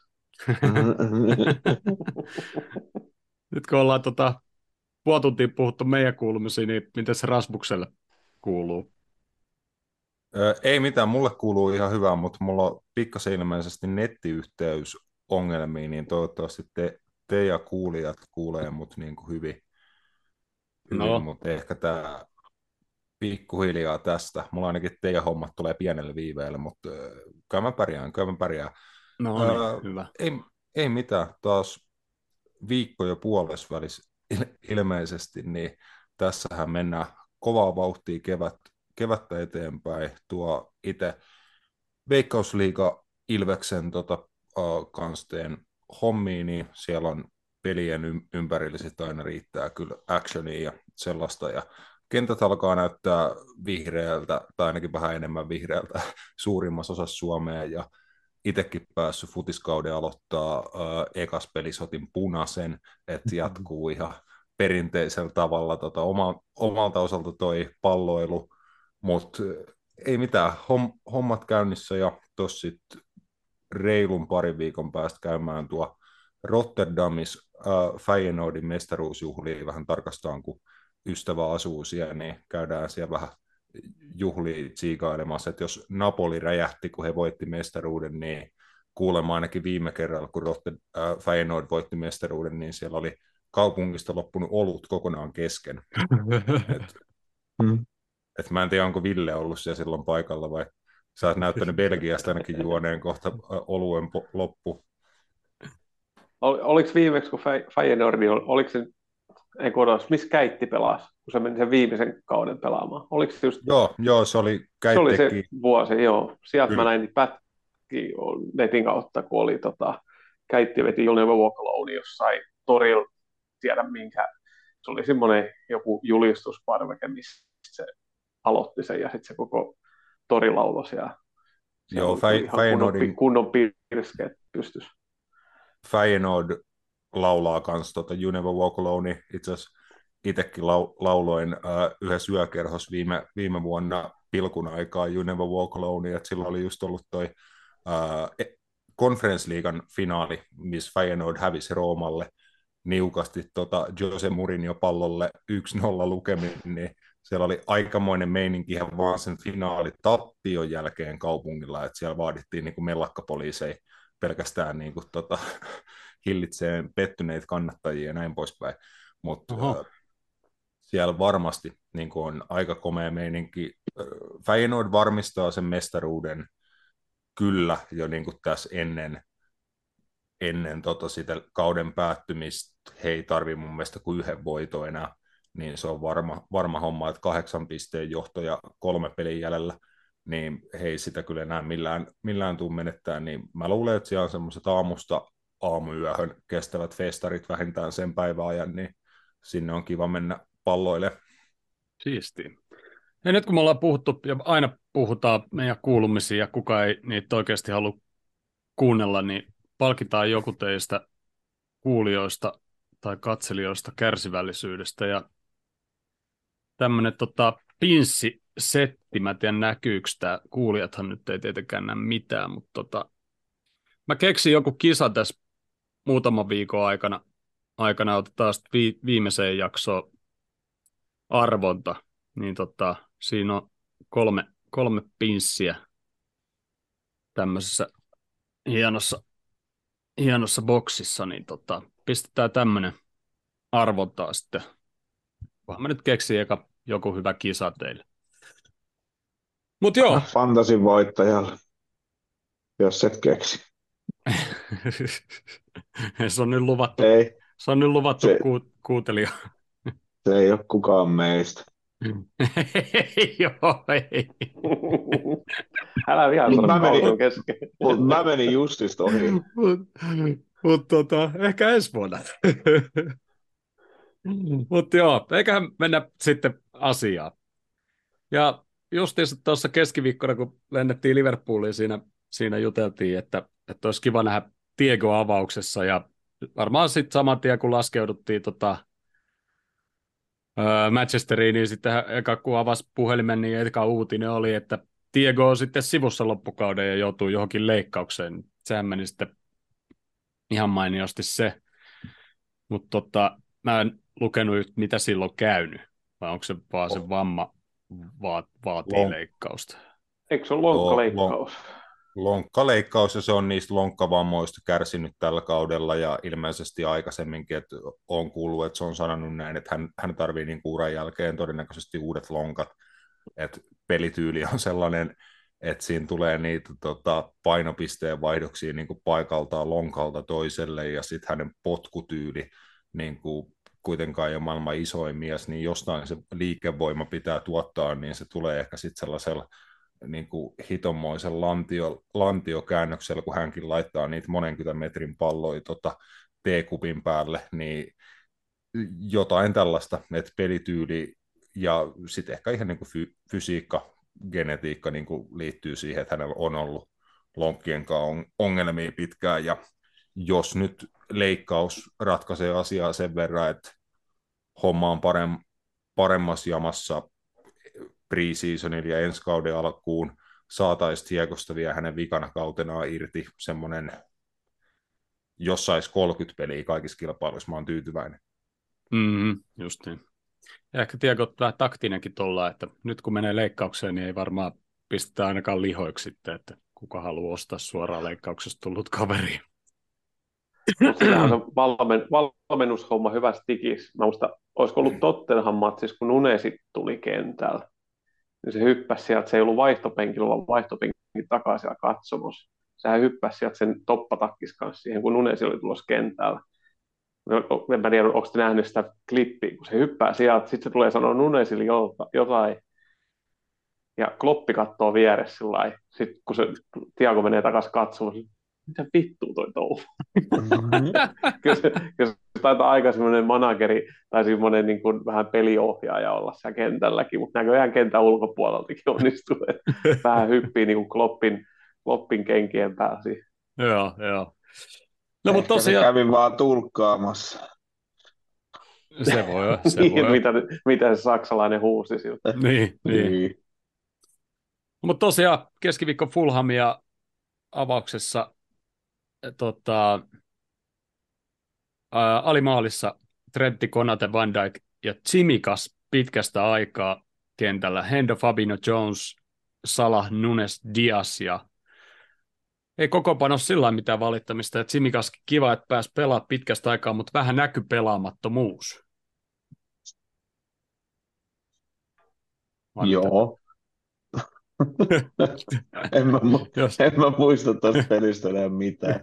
nyt kun ollaan puoli tuntia puhuttu meidän kuulumisiin, niin miten se Rasmukselle kuuluu? Ei mitään, mulle kuuluu ihan hyvää, mutta mulla on pikkasen ilmeisesti nettiyhteysongelmia, niin toivottavasti te ja kuulijat kuulee mut niin kuin hyvin, mutta ehkä tämä pikkuhiljaa tästä. Mulla ainakin teidän hommat tulee pienelle viiveelle, mutta kyllä mä pärjään. No niin, hyvä. Ei mitään, taas viikko jo puolesvälis ilmeisesti, niin tässähän mennään kovaa vauhtia kevättä eteenpäin. Tuo itse Veikkausliiga Ilveksen kanssa teen hommia, niin siellä on pelien ympärillä sitten aina riittää kyllä actionia ja sellaista, ja kentät alkaa näyttää vihreältä, tai ainakin vähän enemmän vihreältä suurimmassa osassa Suomea, ja itsekin päässyt futiskauden aloittaa ekas pelissä otin punaisen, että jatkuu ihan perinteisellä tavalla omalta osalta toi palloilu, mutta ei mitään, hommat käynnissä, ja tuossa sitten reilun parin viikon päästä käymään tuo Rotterdamissa Feyenoordin mestaruusjuhliin vähän tarkastaan, kun ystävä asuu siellä, niin käydään siellä vähän juhlia tsiikailemassa, että jos Napoli räjähti, kun he voitti mestaruuden, niin kuulemma ainakin viime kerralla, kun Feyenoord voitti mestaruuden, niin siellä oli kaupungista loppunut olut kokonaan kesken. Et mä en tiedä, onko Ville ollut siellä silloin paikalla, vai sä oot näyttänyt Belgiasta ainakin juoneen kohta oluen loppu. Oliko viimeksi, kun Feyenoord, oliko se, ei kodos, missä Käitti pelasi, kun se meni sen viimeisen kauden pelaamaan? Oliko se just... Joo, se oli Käittekin. Se oli se vuosi, joo. Sieltä Kyllä. mä näin pätkiä netin kautta, kun oli Käitti veti You'll Never Walk Alone jossain torilla, tiedä minkä. Se oli semmoinen joku julistusparveke, missä se aloitti sen, ja sitten se koko tori lauloi siellä. Joo, Feyenoordin... kunnon pirskeet pystys. Feyenoord laulaa kanssa You Never Walk Alone. Itse asiassa itsekin lauloin yhdessä yökerhossa viime vuonna pilkun aikaa You Never Walk Alone, että sillä oli just ollut toi Conference-liigan finaali, missä Feyenoord hävisi Roomalle niukasti Jose Mourinho pallolle 1-0 lukemin, niin siellä oli aikamoinen meininki ihan vaan sen finaalitappion jälkeen kaupungilla, että siellä vaadittiin niin kuin mellakkapoliiseja pelkästään niin kuin, hillitseen pettyneitä kannattajia ja näin poispäin, mutta siellä varmasti niin kuin on aika komea meininki. Feyenoord varmistaa sen mestaruuden kyllä jo niin kuin tässä ennen sitä kauden päättymistä. He ei tarvitse mun mielestä kuin yhden voiton enää, niin se on varma homma, että 8 pisteen johto ja 3 pelin jäljellä, niin he ei sitä kyllä enää millään tule menettää, niin mä luulen, että siellä on semmoiset aamusta aamuyöhön kestävät festarit vähintään sen päivän ajan, niin sinne on kiva mennä palloille. Siistiä. Ja nyt kun me ollaan puhuttu, ja aina puhutaan meidän kuulumisia, ja kukaan ei niitä oikeasti halua kuunnella, niin palkitaan joku teistä kuulijoista tai katselijoista kärsivällisyydestä, ja tämmöinen pinssisetti, mä en tiedä näkyykö tämä, kuulijathan nyt ei tietenkään näe mitään, mutta mä keksin joku kisa tässä muutaman viikon aikana otetaan viimeiseen jaksoon arvonta, niin siinä on kolme pinssiä tämmöisessä hienossa boksissa, niin pistetään tämmöinen arvontaa sitten. Vaan mä nyt keksin eka joku hyvä kisa teille. Mut joo. Fantasin voittajalle, jos et keksi. Se on nyt luvattu, kuuntelija. Se ei ole kukaan meistä. Joo, ei. Älä vielä saada kesken. Mä menin justista ohi. Mutta ehkä ensi vuonna. Mutta joo, eiköhän mennä sitten asiaan. Ja justiinsa tuossa keskiviikkona, kun lennettiin Liverpooliin, siinä juteltiin, että olisi kiva nähdä Diego avauksessa, ja varmaan sitten saman tien, kun laskeuduttiin Manchesteriin, niin sitten eka kun avasi puhelimen, niin eka uutinen oli, että Diego on sitten sivussa loppukauden ja joutuu johonkin leikkaukseen. Sehän meni sitten ihan mainiosti se. Mutta mä en lukenut, mitä silloin on käynyt, vai onko se vaan se vamma vaatii leikkausta? Eikö se ole lonkkaleikkaus? Lonkkaleikkaus, ja se on niistä lonkkavammoista kärsinyt tällä kaudella, ja ilmeisesti aikaisemminkin, että on kuullut, että se on sanonut näin, että hän tarvii niin uran jälkeen todennäköisesti uudet lonkat, että pelityyli on sellainen, että siinä tulee niitä painopisteen vaihdoksia niin kuin paikaltaan lonkalta toiselle, ja sitten hänen potkutyyli niin kuin kuitenkaan ei ole maailman isoin mies, niin jostain se liikevoima pitää tuottaa, niin se tulee ehkä sitten sellaisella niin kuin hitonmoisen lantiokäännöksellä, kun hänkin laittaa niitä monenkymmentä metrin palloja T-kupin päälle, niin jotain tällaista, että pelityyli ja sitten ehkä ihan niin kuin fysiikka, genetiikka niin kuin liittyy siihen, että hänellä on ollut lonkkien kanssa ongelmia pitkään, ja jos nyt leikkaus ratkaisee asiaa sen verran, että homma on paremmassa jamassa pre-seasonilla ja ensi kauden alkuun, saataisiin Tiekosta vielä hänen vikana kautenaan irti semmoinen, jos saisi 30 peliä kaikissa kilpailuissa, mä oon tyytyväinen. Just niin. Ja ehkä Tiago vähän taktinenkin tuolla, että nyt kun menee leikkaukseen, niin ei varmaan pistetä ainakaan lihoiksi sitten, että kuka haluaa ostaa suoraan leikkauksesta tullut kaveri. Mutta sitähän on valmennushomma hyvässä tikissä. Mä muistan, olisiko ollut Tottenham-matsissa, kun Nunesi tuli kentällä. Niin se hyppäsi sieltä, se ei ollut vaihtopenkillä, vaan vaihtopenkin takaa siellä katsomossa. Sehän hyppäsi sieltä sen toppatakkis kanssa siihen, kun Nunesi oli tulossa kentällä. En mä tiedä, onko te nähnyt sitä klippiä, kun se hyppää sieltä, sitten se tulee sanoa Nunesille jotain, ja Kloppi katsoo vieressä sillä lailla. Sitten kun se Tiago menee takaisin katsomaan, mitä vittua toi touhu? Kyllä se taitaa aika semmoinen manageri tai semmoinen niin kuin vähän peliohjaaja olla siellä kentälläkin, mutta näköjään kentän ulkopuoleltakin onnistuu. Vähän hyppii niin kuin Kloppin kenkien pääsi. Joo. No, mutta Ehkä tosiaan... se kävi vaan tulkkaamassa. Se voi. Mitä se saksalainen huusi siltä. Niin. No, mutta tosiaan keskiviikko Fulhamia avauksessa alimaalissa Trentti, Konate, Van Dijk ja Tsimikas pitkästä aikaa kentällä. Hendo, Fabinho, Jones, Salah, Nunes, Diaz ja ei kokoonpano sillä mitään valittamista. Ja Tsimikas kiva, että pääsi pelaamaan pitkästä aikaa, mutta vähän näky pelaamattomuus. Joo. en mä muista tästä pelistä enää mitään.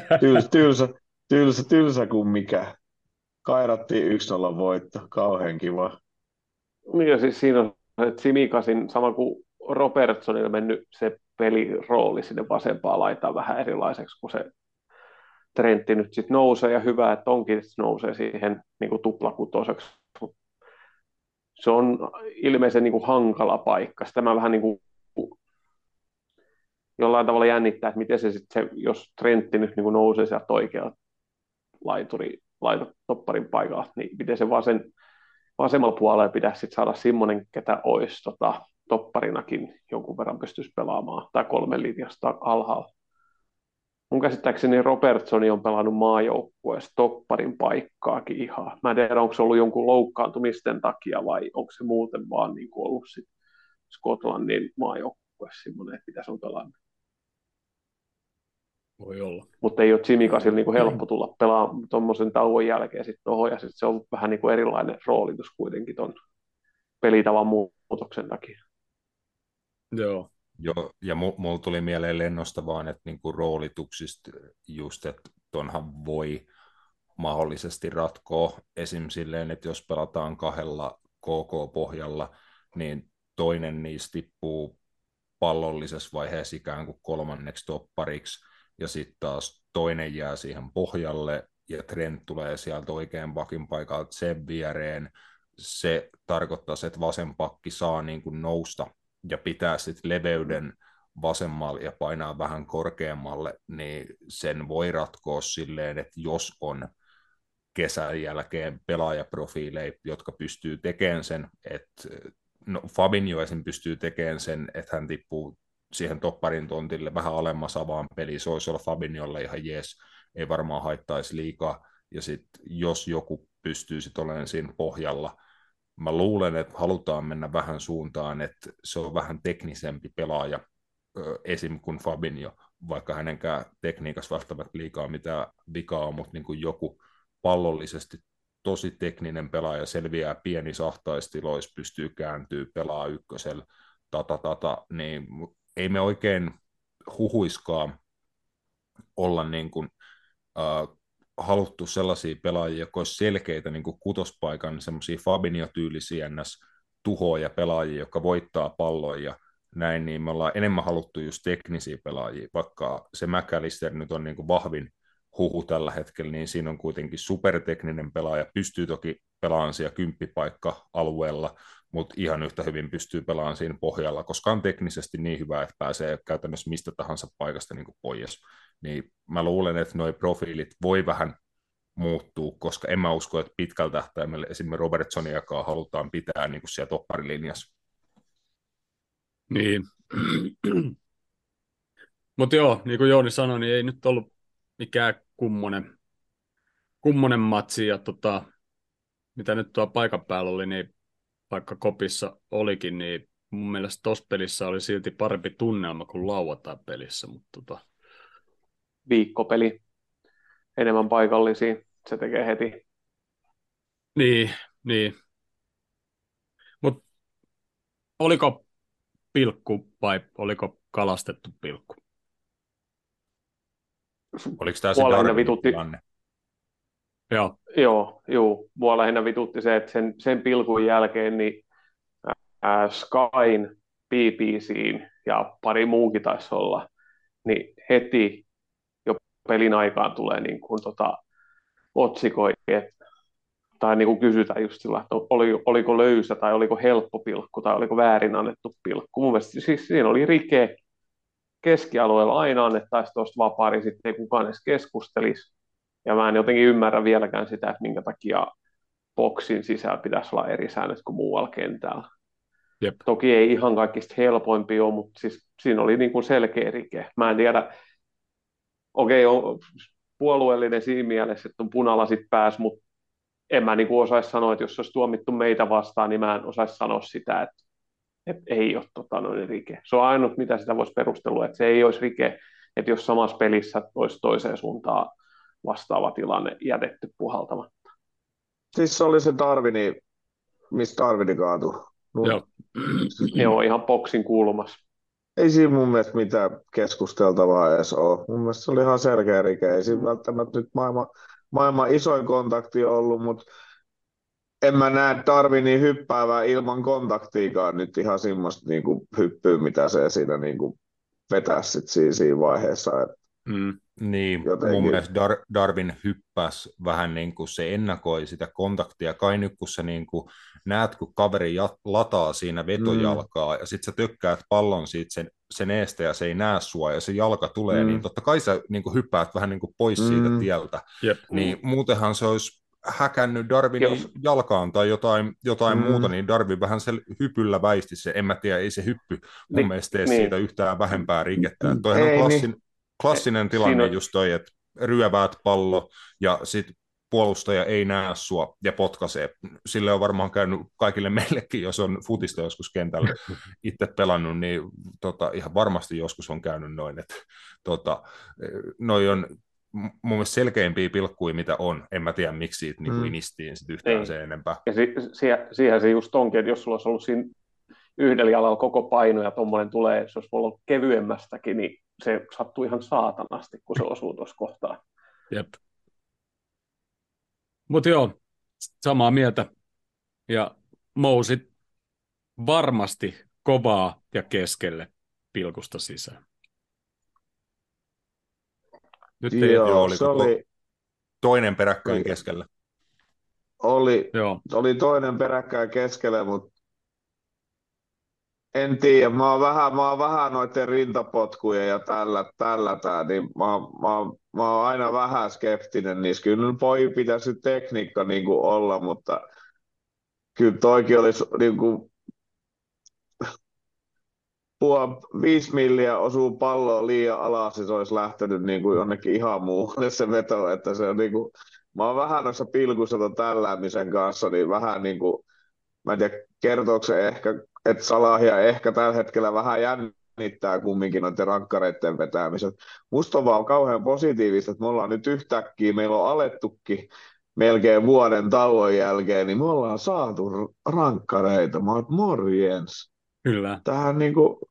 Tylsä kuin mikä. Kairattiin 1-0 voitto. Kauhean kiva. Niin ja siis siinä on Tsimikasin, sama kuin Robertsonilla mennyt se pelirooli sinne vasempaan laitaan vähän erilaiseksi, kun se Trentti nyt sitten nousee, ja hyvä, että onkin, että se nousee siihen niin kuin tuplakutoseksi. Se on ilmeisen niin kuin hankala paikka. Sitä mä vähän niin kuin jollain tavalla jännittää, että miten se sitten, jos Trentti nyt niin kuin nousee sieltä oikealta topparin paikalla, niin miten se vasemmalla puolella pitäisi sitten saada semmoinen, ketä olisi topparinakin jonkun verran pystyisi pelaamaan, tai 3 linjasta alhaalla. Mun käsittääkseni Robertsoni on pelannut maajoukkueessa topparin paikkaakin ihan. Mä en tiedä, onko se ollut jonkun loukkaantumisten takia vai onko se muuten vaan niin kuin ollut sit Skotlannin maajoukkueessa semmoinen, että mitä se on pelannut. Voi olla. Mutta ei ole Tsimikasilla niin kuin helppo tulla pelaamaan tuommoisen tauon jälkeen sitten tuohon, ja sitten se on vähän niin kuin erilainen roolitus kuitenkin tuon pelitavan muutoksen takia. Joo, ja mulla tuli mieleen lennosta vaan, että niinku roolituksista just, että tonhan voi mahdollisesti ratkoa esim. Silleen, että jos pelataan 2 KK-pohjalla, niin toinen niistä tippuu pallollisessa vaiheessa ikään kuin 3. toppariksi, ja sitten taas toinen jää siihen pohjalle, ja Trent tulee sieltä oikean pakin paikalta sen viereen. Se tarkoittaa, että vasen pakki saa niin kuin nousta ja pitää sitten leveyden vasemmalle ja painaa vähän korkeammalle, niin sen voi ratkoa silleen, että jos on kesän jälkeen pelaajaprofiileja, jotka pystyy tekemään sen, että Fabinho esim. Pystyy tekemään sen, että hän tippuu siihen topparin tontille vähän alemmas avaan peli, se olisi olla Fabinholle ihan jees, ei varmaan haittaisi liikaa, ja sitten jos joku pystyy sitten olemaan siinä pohjalla, mä luulen, että halutaan mennä vähän suuntaan, että se on vähän teknisempi pelaaja esim. Kuin Fabinho, vaikka hänenkään tekniikassa välttämättä liikaa mitään vikaa on, mutta niin kuin joku pallollisesti tosi tekninen pelaaja selviää pieni sahtaistiloissa, pystyy kääntyy, pelaa ykkösellä, niin ei me oikein huhuiskaan olla niin kuin, haluttu sellaisia pelaajia, jotka olisi selkeitä niin kuin kutospaikan semmoisia Fabinho-tyylisiä tuhoja pelaajia, jotka voittaa pallon ja näin, niin me ollaan enemmän haluttu just teknisiä pelaajia, vaikka se McAllister nyt on niin kuin vahvin huhu tällä hetkellä, niin siinä on kuitenkin supertekninen pelaaja, pystyy toki pelaamaan siellä kymppipaikka-alueella, mutta ihan yhtä hyvin pystyy pelaamaan siinä pohjalla, koska on teknisesti niin hyvä, että pääsee käytännössä mistä tahansa paikasta niin kuin pois. Niin mä luulen, että nuo profiilit voi vähän muuttuu, koska en mä usko, että pitkällä tähtäimellä esimerkiksi Robertsoniakaan halutaan pitää niin kuin siellä topparilinjassa. Niin. Mutta joo, niin kuin Jouni sanoi, niin ei nyt ollut mikään kummonen matsi. Ja mitä nyt tuo paikan päällä oli, niin vaikka kopissa olikin, niin mun mielestä tuossa pelissä oli silti parempi tunnelma kuin lauantai-pelissä. Mutta Viikkopeli, enemmän paikallisia, se tekee heti. Niin. Mutta oliko pilkku vai oliko kalastettu pilkku? Oliko tämä se Darwinin tilanne? Joo. Mua lähinnä vitutti se, että sen pilkun jälkeen niin Skyn, BBC:n ja pari muukin taisi olla, niin heti jo pelin aikaan tulee niin kuin otsikoita, tai niin kuin kysytään just sillä, että oliko löysä tai oliko helppo pilkku tai oliko väärin annettu pilkku. Mun mielestä siis siinä oli rike keskialueella, aina annettaisiin tuosta vapaari, sitten ei kukaan edes keskustelisi. Ja mä en jotenkin ymmärrä vieläkään sitä, että minkä takia boksin sisällä pitäisi olla eri säännöt kuin muualla kentällä. Jep. Toki ei ihan kaikista helpoimpi ole, mutta siis siinä oli niin kuin selkeä rike. Mä en tiedä, on puolueellinen siinä mielessä, että on punalasit pääs, mutta en mä niin kuin osaisi sanoa, että jos olisi tuomittu meitä vastaan, niin mä en osaisi sanoa sitä, että ei ole rike. Se on ainut, mitä sitä voisi perustella, että se ei olisi rike, että jos samassa pelissä olisi toiseen suuntaan vastaava tilanne jätetty puhaltamatta. Siis se oli se Darwini, mistä Darwini kaatui. Joo. Joo, ihan boksin kulmassa. Ei siinä mun mielestä mitään keskusteltavaa edes ole. Mun mielestä se oli ihan selkeä rike. Ei siinä välttämättä nyt maailman isoin kontakti ollut, mutta en mä näe Darwinin hyppäävää ilman kontaktiikaan nyt ihan semmoista niinku hyppyä, mitä se siinä niinku vetäisi sit siinä vaiheessa. Niin, jotenkin. Mun mielestä Darwin hyppäsi vähän niin kuin se ennakoi sitä kontaktia. Kai nyt kun sä niin kuin näet, kun kaveri lataa siinä vetojalkaa ja sit sä tökkäät pallon siitä sen eestä ja se ei näe sua ja se jalka tulee, niin totta kai sä niin kuin hyppäät vähän niin kuin pois siitä tieltä. Yep. Niin muutenhan se olisi häkännyt Darwinin jalkaan tai jotain muuta, niin Darwin vähän se hypyllä väisti se. En mä tiedä, ei se hyppy mun mielestä tee siitä yhtään vähempää rikettä. Toihan on klassinen tilanne just toi, että ryöväät pallo ja sitten puolustaja ei näe sua ja potkaisee. Sille on varmaan käynyt kaikille meillekin, jos on futista joskus kentällä itse pelannut, niin ihan varmasti joskus on käynyt noin. Että, noi on mun mielestä selkeämpiä pilkkuja, mitä on. En mä tiedä, miksi siitä niin inistiin sit yhtään sen enempää. Ja siihen se just onkin, että jos sulla olisi ollut siinä yhdellä jalalla koko paino ja tuommoinen tulee, jos olisi ollut kevyemmästäkin, niin se sattuu ihan saatanasti, kun se osuu tuossa kohtaa. Jep. Mutta joo, samaa mieltä. Ja mousit varmasti kovaa ja keskelle pilkusta sisään. Nyt ei oli toinen peräkkäin keskellä. Oli toinen peräkkäin keskellä, mutta en tiedä. Mä oon vähän noiden rintapotkuja ja tällä niin mä oon aina vähän skeptinen niissä. Kyllä pojilla pitäisi tekniikka niin kuin olla, mutta kyllä toikin olisi niin kuin 5 milliä osuu palloa liian alas, ja se olisi lähtenyt niin kuin jonnekin ihan muualle se veto, että se on niin kuin, mä oon vähän noissa pilkussa tälläämisen kanssa, niin vähän niin kuin, mä en tiedä, kertooko se ehkä, että Salahia ehkä tällä hetkellä vähän jännittää kumminkin noiden rankkareiden vetämiset. Musta on vaan kauhean positiivista, että me ollaan nyt yhtäkkiä, meillä on alettukin melkein vuoden tauon jälkeen, niin me ollaan saatu rankkareita. Mä oon, morjens. Kyllä. Tähän niinku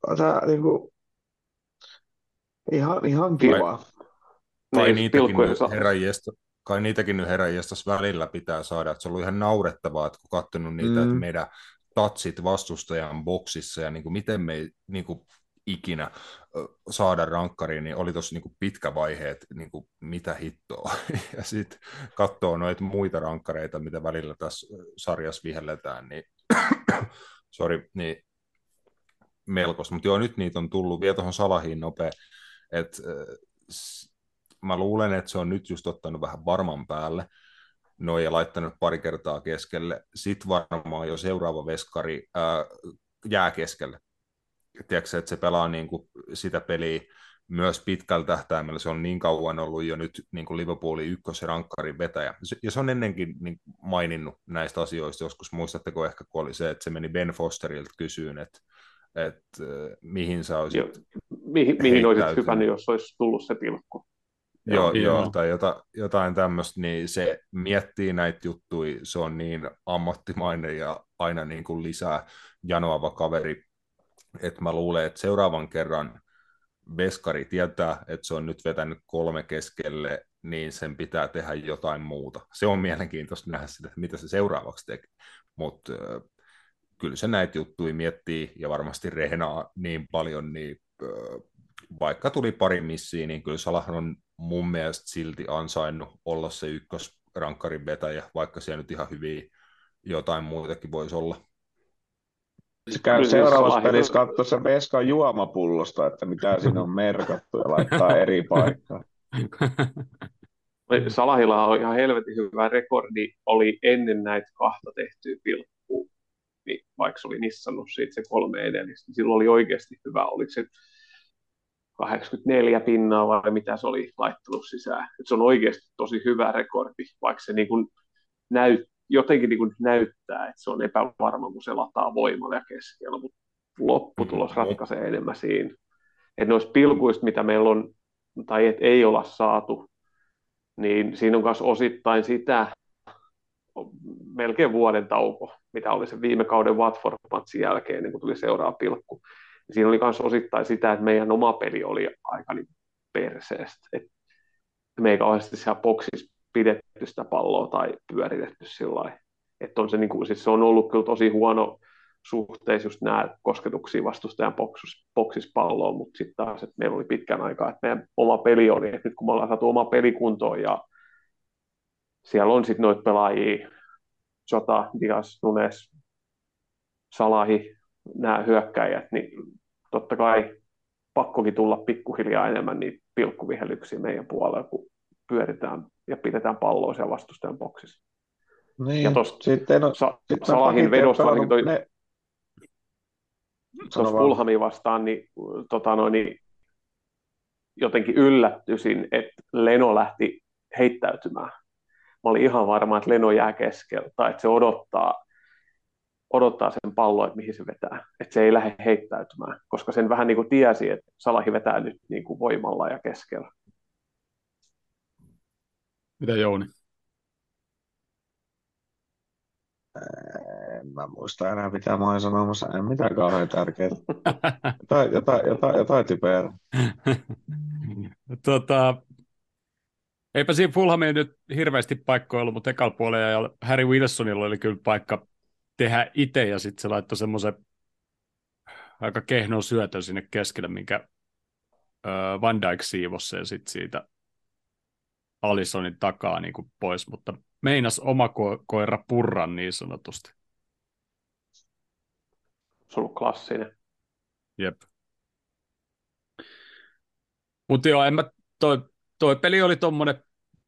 ihan kiva. Kai niitäkin herranjestas. kai niitäkin nyt heräjästäs välillä pitää saada, että se on ollut ihan naurettavaa, että kun katsonut niitä, että meidän tatsit vastustajan boksissa ja niin kuin miten me ei niin kuin ikinä saada rankkariin, niin oli tuossa niin pitkä vaihe, että niin kuin, mitä hittoa. Ja sitten katsoo noita muita rankkareita, mitä välillä tässä sarjassa vihelletään, niin sori, niin melkoista. Mutta joo, nyt niitä on tullut vielä tuohon Salahiin nopea, että mä luulen, että se on nyt just ottanut vähän varman päälle, noin ja laittanut pari kertaa keskelle. Sitten varmaan jo seuraava veskari jää keskelle. Tiedätkö, että se pelaa niin kuin sitä peliä myös pitkällä tähtäimellä. Se on niin kauan ollut jo nyt niin kuin Liverpoolin ykkösrankkarin vetäjä. Ja se on ennenkin niin maininnut näistä asioista joskus. Muistatteko ehkä, kun oli se, että se meni Ben Fosterilta kysyyn, että mihin sä olisit mihin olisit hypännyt, jos olisi tullut se pilkku. Joo, tai jotain tämmöistä, niin se miettii näitä juttuja, se on niin ammattimainen ja aina niin kuin lisää janoava kaveri, että mä luulen, että seuraavan kerran veskari tietää, että se on nyt vetänyt 3 keskelle, niin sen pitää tehdä jotain muuta. Se on mielenkiintoista nähdä sitä, että mitä se seuraavaksi tekee, mutta kyllä se näitä juttuja miettii ja varmasti rehnaa niin paljon, niin vaikka tuli pari missiä, niin kyllä Salah on mun mielestä silti ansainnut olla se ykkösrankkarin vetäjä, vaikka siellä nyt ihan hyviä jotain muitakin voisi olla. Se käy seuraavassa pelissä katsoa se veskan juomapullosta, että mitä siinä on merkattu ja laittaa eri paikkaan. Salahilla on ihan helvetin hyvä rekordi, oli ennen näitä 2 tehtyä pilkkua, niin vaikka se oli nissannut siitä se 3 edellistä, niin silloin oli oikeasti hyvä, oliko se 84 pinnaa vai mitä se oli laittanut sisään. Et se on oikeasti tosi hyvä rekordi, vaikka se niin kuin jotenkin niin kuin näyttää, että se on epävarma, kun se lataa voimalla ja keskellä, mutta lopputulos ratkaisee enemmän siinä. Että noista pilkuista, mitä meillä on, tai et ei olla saatu, niin siinä on myös osittain sitä melkein vuoden tauko, mitä oli se viime kauden Watford-matsin jälkeen, niin kun tuli seuraava pilkku. Siinä oli myös osittain sitä, että meidän oma peli oli aika niin perseestä. Et me ei kauheasti siellä boksissa pidetty sitä palloa tai pyöritetty sillä lailla. Että on se, niin kuin, siis se on ollut kyllä tosi huono suhteessa just nämä kosketuksia vastustajan boksissa palloon, mutta sitten taas, että meillä oli pitkän aikaa, että meidän oma peli oli, että nyt kun me ollaan saatu oma peli kuntoon ja siellä on sitten noita pelaajia, Jota, Dias, Nunes, Salahi, nämä hyökkäjät, niin totta kai pakkokin tulla pikkuhiljaa enemmän niitä pilkkuvihellyksiä meidän puolella, kun pyöritään ja pidetään palloa siellä vastustajan boksissa. Niin, ja tuossa Salahin vedossa varsinkin tuossa Fulhamia vastaan, niin, niin jotenkin yllättyisin, että Leno lähti heittäytymään. Mä olin ihan varma, että Leno jää keskellä, tai että se odottaa sen pallon, että mihin se vetää. Että se ei lähde heittäytymään, koska sen vähän niin kuin tiesi, että Salahi vetää nyt niin kuin voimalla ja keskellä. Mitä Jouni? En mä muista enää, mitä mä olin sanomassa. En mitään kauhean tärkeää. Jotain typerää. Eipä siinä Fulhamia nyt hirveästi paikkoja ollut, mutta ekalla puolella ja Harry Wilsonilla oli kyllä paikka tehdä itse, ja sitten se laittoi semmoisen aika kehnon syötön sinne keskelle, minkä Van Dijk siivosi ja sitten siitä Alissonin takaa niin kuin pois, mutta meinas oma koira purran niin sanotusti. Se on ollut klassinen. Jep. Mutta joo, toi peli oli tommonen.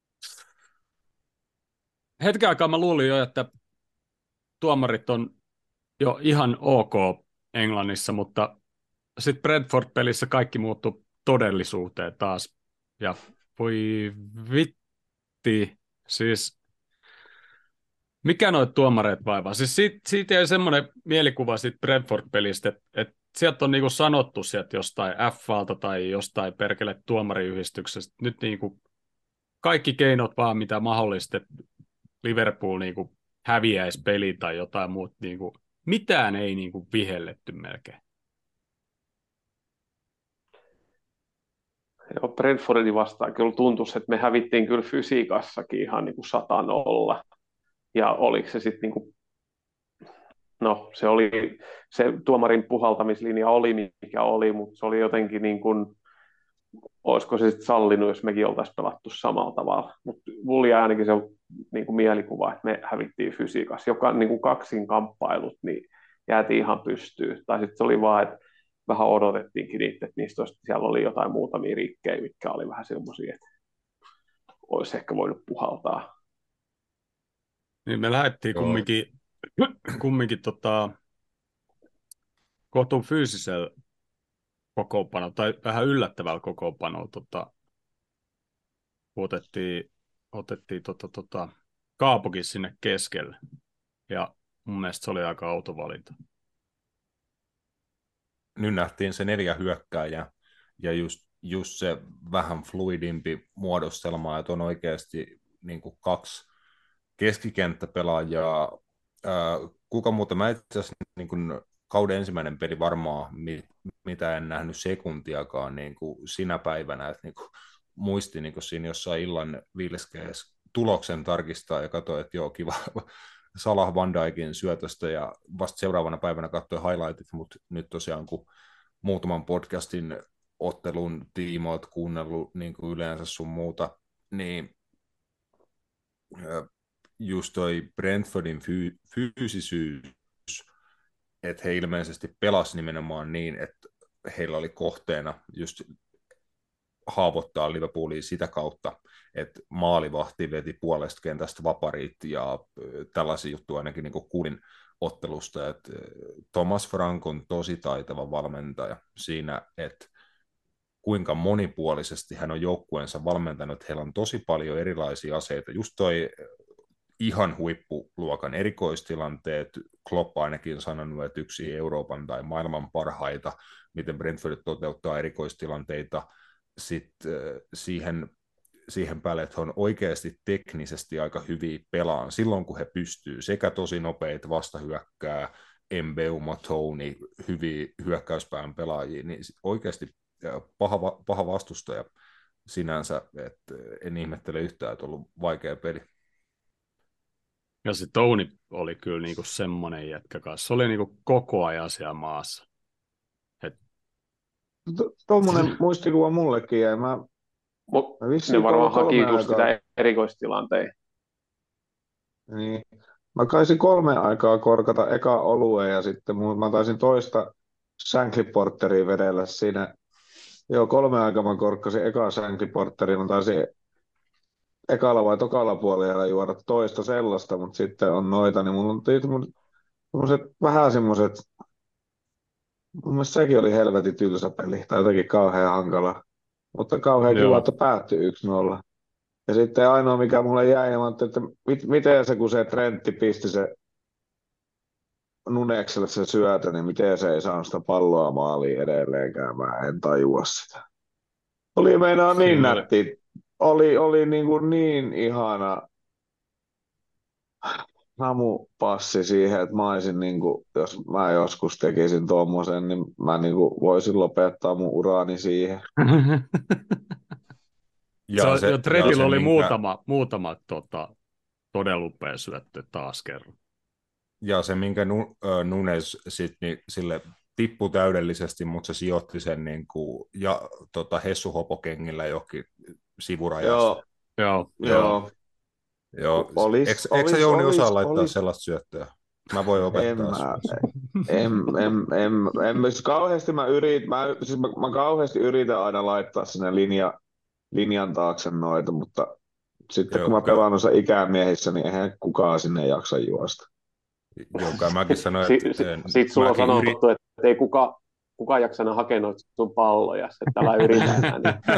Hetken aikaa mä luulin jo, että tuomarit on jo ihan ok Englannissa, mutta sitten Brentford-pelissä kaikki muuttui todellisuuteen taas. Ja voi vitti, siis mikä noita tuomareita vaivaa? Siis siitä jäi semmoinen mielikuva siitä Brentford-pelistä, että sieltä on niinku sanottu sieltä jostain F-alta tai jostain perkele tuomariyhdistyksestä. Nyt niinku kaikki keinot vaan mitä mahdollista, että Liverpool niinku häviäisi peli tai jotain muuta. Niinku, mitään ei niinku vihelletty melkein. Joo, Brentfordin vastaan kyllä tuntui, että me hävittiin kyllä fysiikassakin ihan niin kuin 100-0. Ja oliko se sitten niin kuin, no se oli, se tuomarin puhaltamislinja oli mikä oli, mutta se oli jotenkin niin kuin, olisiko se sitten sallinut, jos mekin oltaisiin pelattu samalla tavalla. Mutta mulla jäi ainakin se niin kuin mielikuva, että me hävittiin fysiikassa. Joka niin kuin kaksin kamppailut, niin jäätiin ihan pystyyn. Tai sitten se oli vaan, että vähän odotettiinkin niitä, että niistä olisi, siellä oli jotain muutamia rikkejä, mitkä oli vähän semmoisia, että olisi ehkä voinut puhaltaa. Niin me lähdettiin kumminkin kohtuun fyysisellä kokoonpanolla, tai vähän yllättävällä kokoonpanolla otettiin Kaapokin sinne keskelle. Ja mun mielestä se oli aika outo valinta. Nyt nähtiin se 4 hyökkääjää ja just se vähän fluidimpi muodostelma, että on oikeasti niin kuin 2 keskikenttäpelaajaa. Kuka muuta? Mä itse asiassa niin kuin kauden ensimmäinen peli varmaan, mitä en nähnyt sekuntiakaan niin kuin sinä päivänä, että niin kuin muisti niin kuin siinä jossain illan vilskeessä tuloksen tarkistaa ja katsoi, että joo, kiva Salah Van Dijkin syötöstä ja vasta seuraavana päivänä katsoi highlightit, mutta nyt tosiaan kun muutaman podcastin ottelun tiimoilta kuunnellut niin kuin yleensä sun muuta, niin just toi Brentfordin fyysisyys, että he ilmeisesti pelasi nimenomaan niin, että heillä oli kohteena just haavoittaa Liverpoolia sitä kautta, että maalivahti veti puolesta kentästä vaparit ja tällaisia juttuja ainakin niin kuin kuulin ottelusta, että Thomas Frank on tosi taitava valmentaja siinä, että kuinka monipuolisesti hän on joukkueensa valmentanut, että heillä on tosi paljon erilaisia aseita, just toi ihan huippuluokan erikoistilanteet, Klopp ainakin sanonut, että yksi Euroopan tai maailman parhaita, miten Brentford toteuttaa erikoistilanteita, sitten siihen päälle, että he on oikeasti teknisesti aika hyviä pelaan silloin, kun he pystyy sekä tosi nopeita vastahyökkää, Mbeumo, Tony, hyviä hyökkäyspään pelaajia, niin oikeasti paha vastustaja sinänsä, että en ihmettele yhtään, että on ollut vaikea peli. Ja se Tony oli kyllä niinku semmoinen jätkä kanssa. Se oli niinku koko ajan siellä maassa. Tuommoinen muistikuva mullekin jäi. Ne varmaan haki just sitä erikoistilanteen. Niin. Mä kaisin 3 aikaa korkata eka olueen ja sitten mä taisin toista Shankly Porteria vedellä siinä. Joo, 3 aikaa mä korkkasin eka Shankly Porteria. Mä taisin ekalla vai tokalla puolella juoda toista sellaista, mutta sitten on noita, niin mulla on vähän semmoiset, mun mielestä sekin oli helvetin tylsä peli, tai jotenkin kauhean hankala, mutta kauhean kiva, että päättyi 1-0. Ja sitten ainoa, mikä mulle jäi, mä ajattelin, että miten se, kun se Trentti pisti se Nunekselle se syötö, niin miten se ei saanut sitä palloa maaliin edelleenkään, mä en tajua sitä. Oli meinaa niin nätti. Oli niin ihana namupassi siihen, että mä olisin, niin kuin, jos mä joskus tekisin tuommoisen, niin mä niin kuin, voisin lopettaa mun uraani siihen. Tretillä oli muutama todella upea syöttö taas kerran. Ja se, minkä Nunes sitten sille tippui täydellisesti, mutta se sijoitti sen niin kuin, Hessu Hopokengillä johonkin sivurajasta. Joo. Eikö sä Jouni osaa laittaa sellaista syöttöä? Mä voin opettaa. Kauheasti mä kauheasti yritän aina laittaa sinne linjan taakse noita, mutta sitten kun mä pelaan noissa ikämiehissä, niin eihän kukaan sinne jaksa juosta. Jonka mäkin sanoin, että... Sitten sulla on sanottu, että ei kukaan jaksa hakea noita sun palloja, että älä yritä.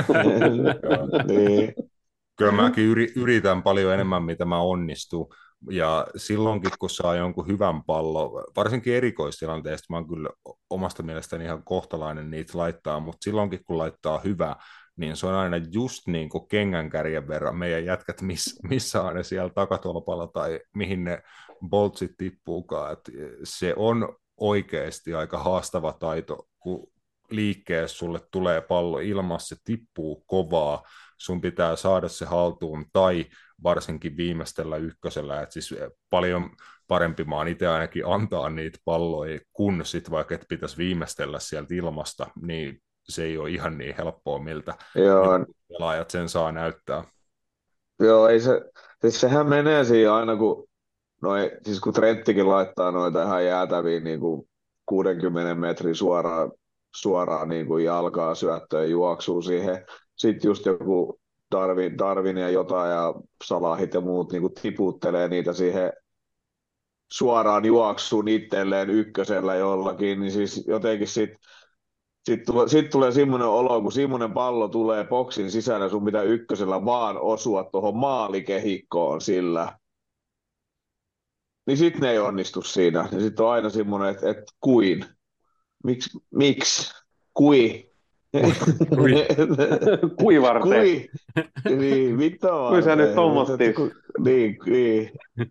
Niin. Kyllä mäkin yritän paljon enemmän, mitä mä onnistun. Ja silloinkin, kun saa jonkun hyvän pallon, varsinkin erikoistilanteesta, mä oon kyllä omasta mielestäni ihan kohtalainen niitä laittaa, mutta silloinkin, kun laittaa hyvää, niin se on aina just niin kuin kengänkärjen verran meidän jätkät, missä on ne siellä takatolpalla tai mihin ne boltsit tippuukaan. Et se on oikeasti aika haastava taito, kun liikkeessä sulle tulee pallo ilmassa, se tippuu kovaa, sun pitää saada se haltuun tai varsinkin viimeistellä ykkösellä, että siis paljon parempi mä oon itse ainakin antaa niitä palloja, kun sit vaikka et pitäisi viimeistellä sieltä ilmasta, niin se ei ole ihan niin helppoa, miltä Joo, pelaajat sen saa näyttää. joo, ei se, siis sehän menee siinä aina, kun, siis kun Trenttikin laittaa noita ihan jäätäviä niin kuin 60 metrin suoraan niin kuin jalkaa syöttöön juoksuu siihen. Sitten just joku Darwin ja jotain ja Salahit ja muut niin kuin tiputtelee niitä siihen suoraan juoksuun itselleen ykkösellä jollakin, niin siis jotenkin sit tulee semmoinen olo, kun semmoinen pallo tulee boksin sisällä, sun pitää ykkösellä vaan osua tuohon maalikehikkoon sillä. Niin sitten ne ei onnistu siinä. Ja sitten on aina semmoinen, että kuin. Miksi? Kui. Kuivarte. Kui. Niin, mitä Kui sä nyt tommottiin. Niin.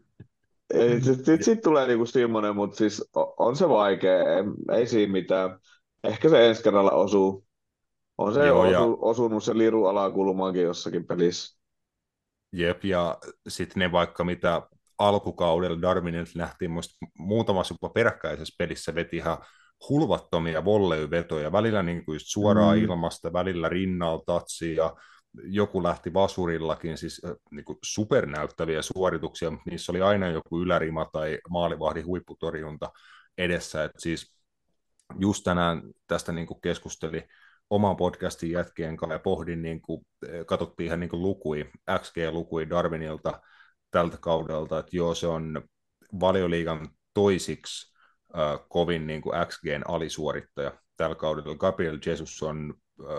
Sitten tulee niinku semmoinen, mutta siis on se vaikea, ei siinä mitään. Ehkä se ensi kerralla osuu. On se osunut se liru alakulmaankin jossakin pelissä. Jep, ja sitten ne vaikka mitä alkukaudella Darwinilta nähtiin muutamassa jopa peräkkäisessä pelissä veti ihan hulvattomia volleyvetoja, välillä niin kuin just suoraan ilmasta, välillä rinnalta tatsi ja joku lähti vasurillakin, siis niin kuin supernäyttäviä suorituksia, mutta niissä oli aina joku ylärima tai maalivahdin huipputorjunta edessä, että siis just tänään tästä niin kuin keskustelin oman podcastin jätkien kanssa ja pohdin, niin kuin, katsottiin ihan niin kuin XG-lukui Darwinilta tältä kaudelta, että joo, se on Valioliigan toisiksi kovin niin kuin XGn alisuorittaja tällä kaudella. Gabriel Jesus on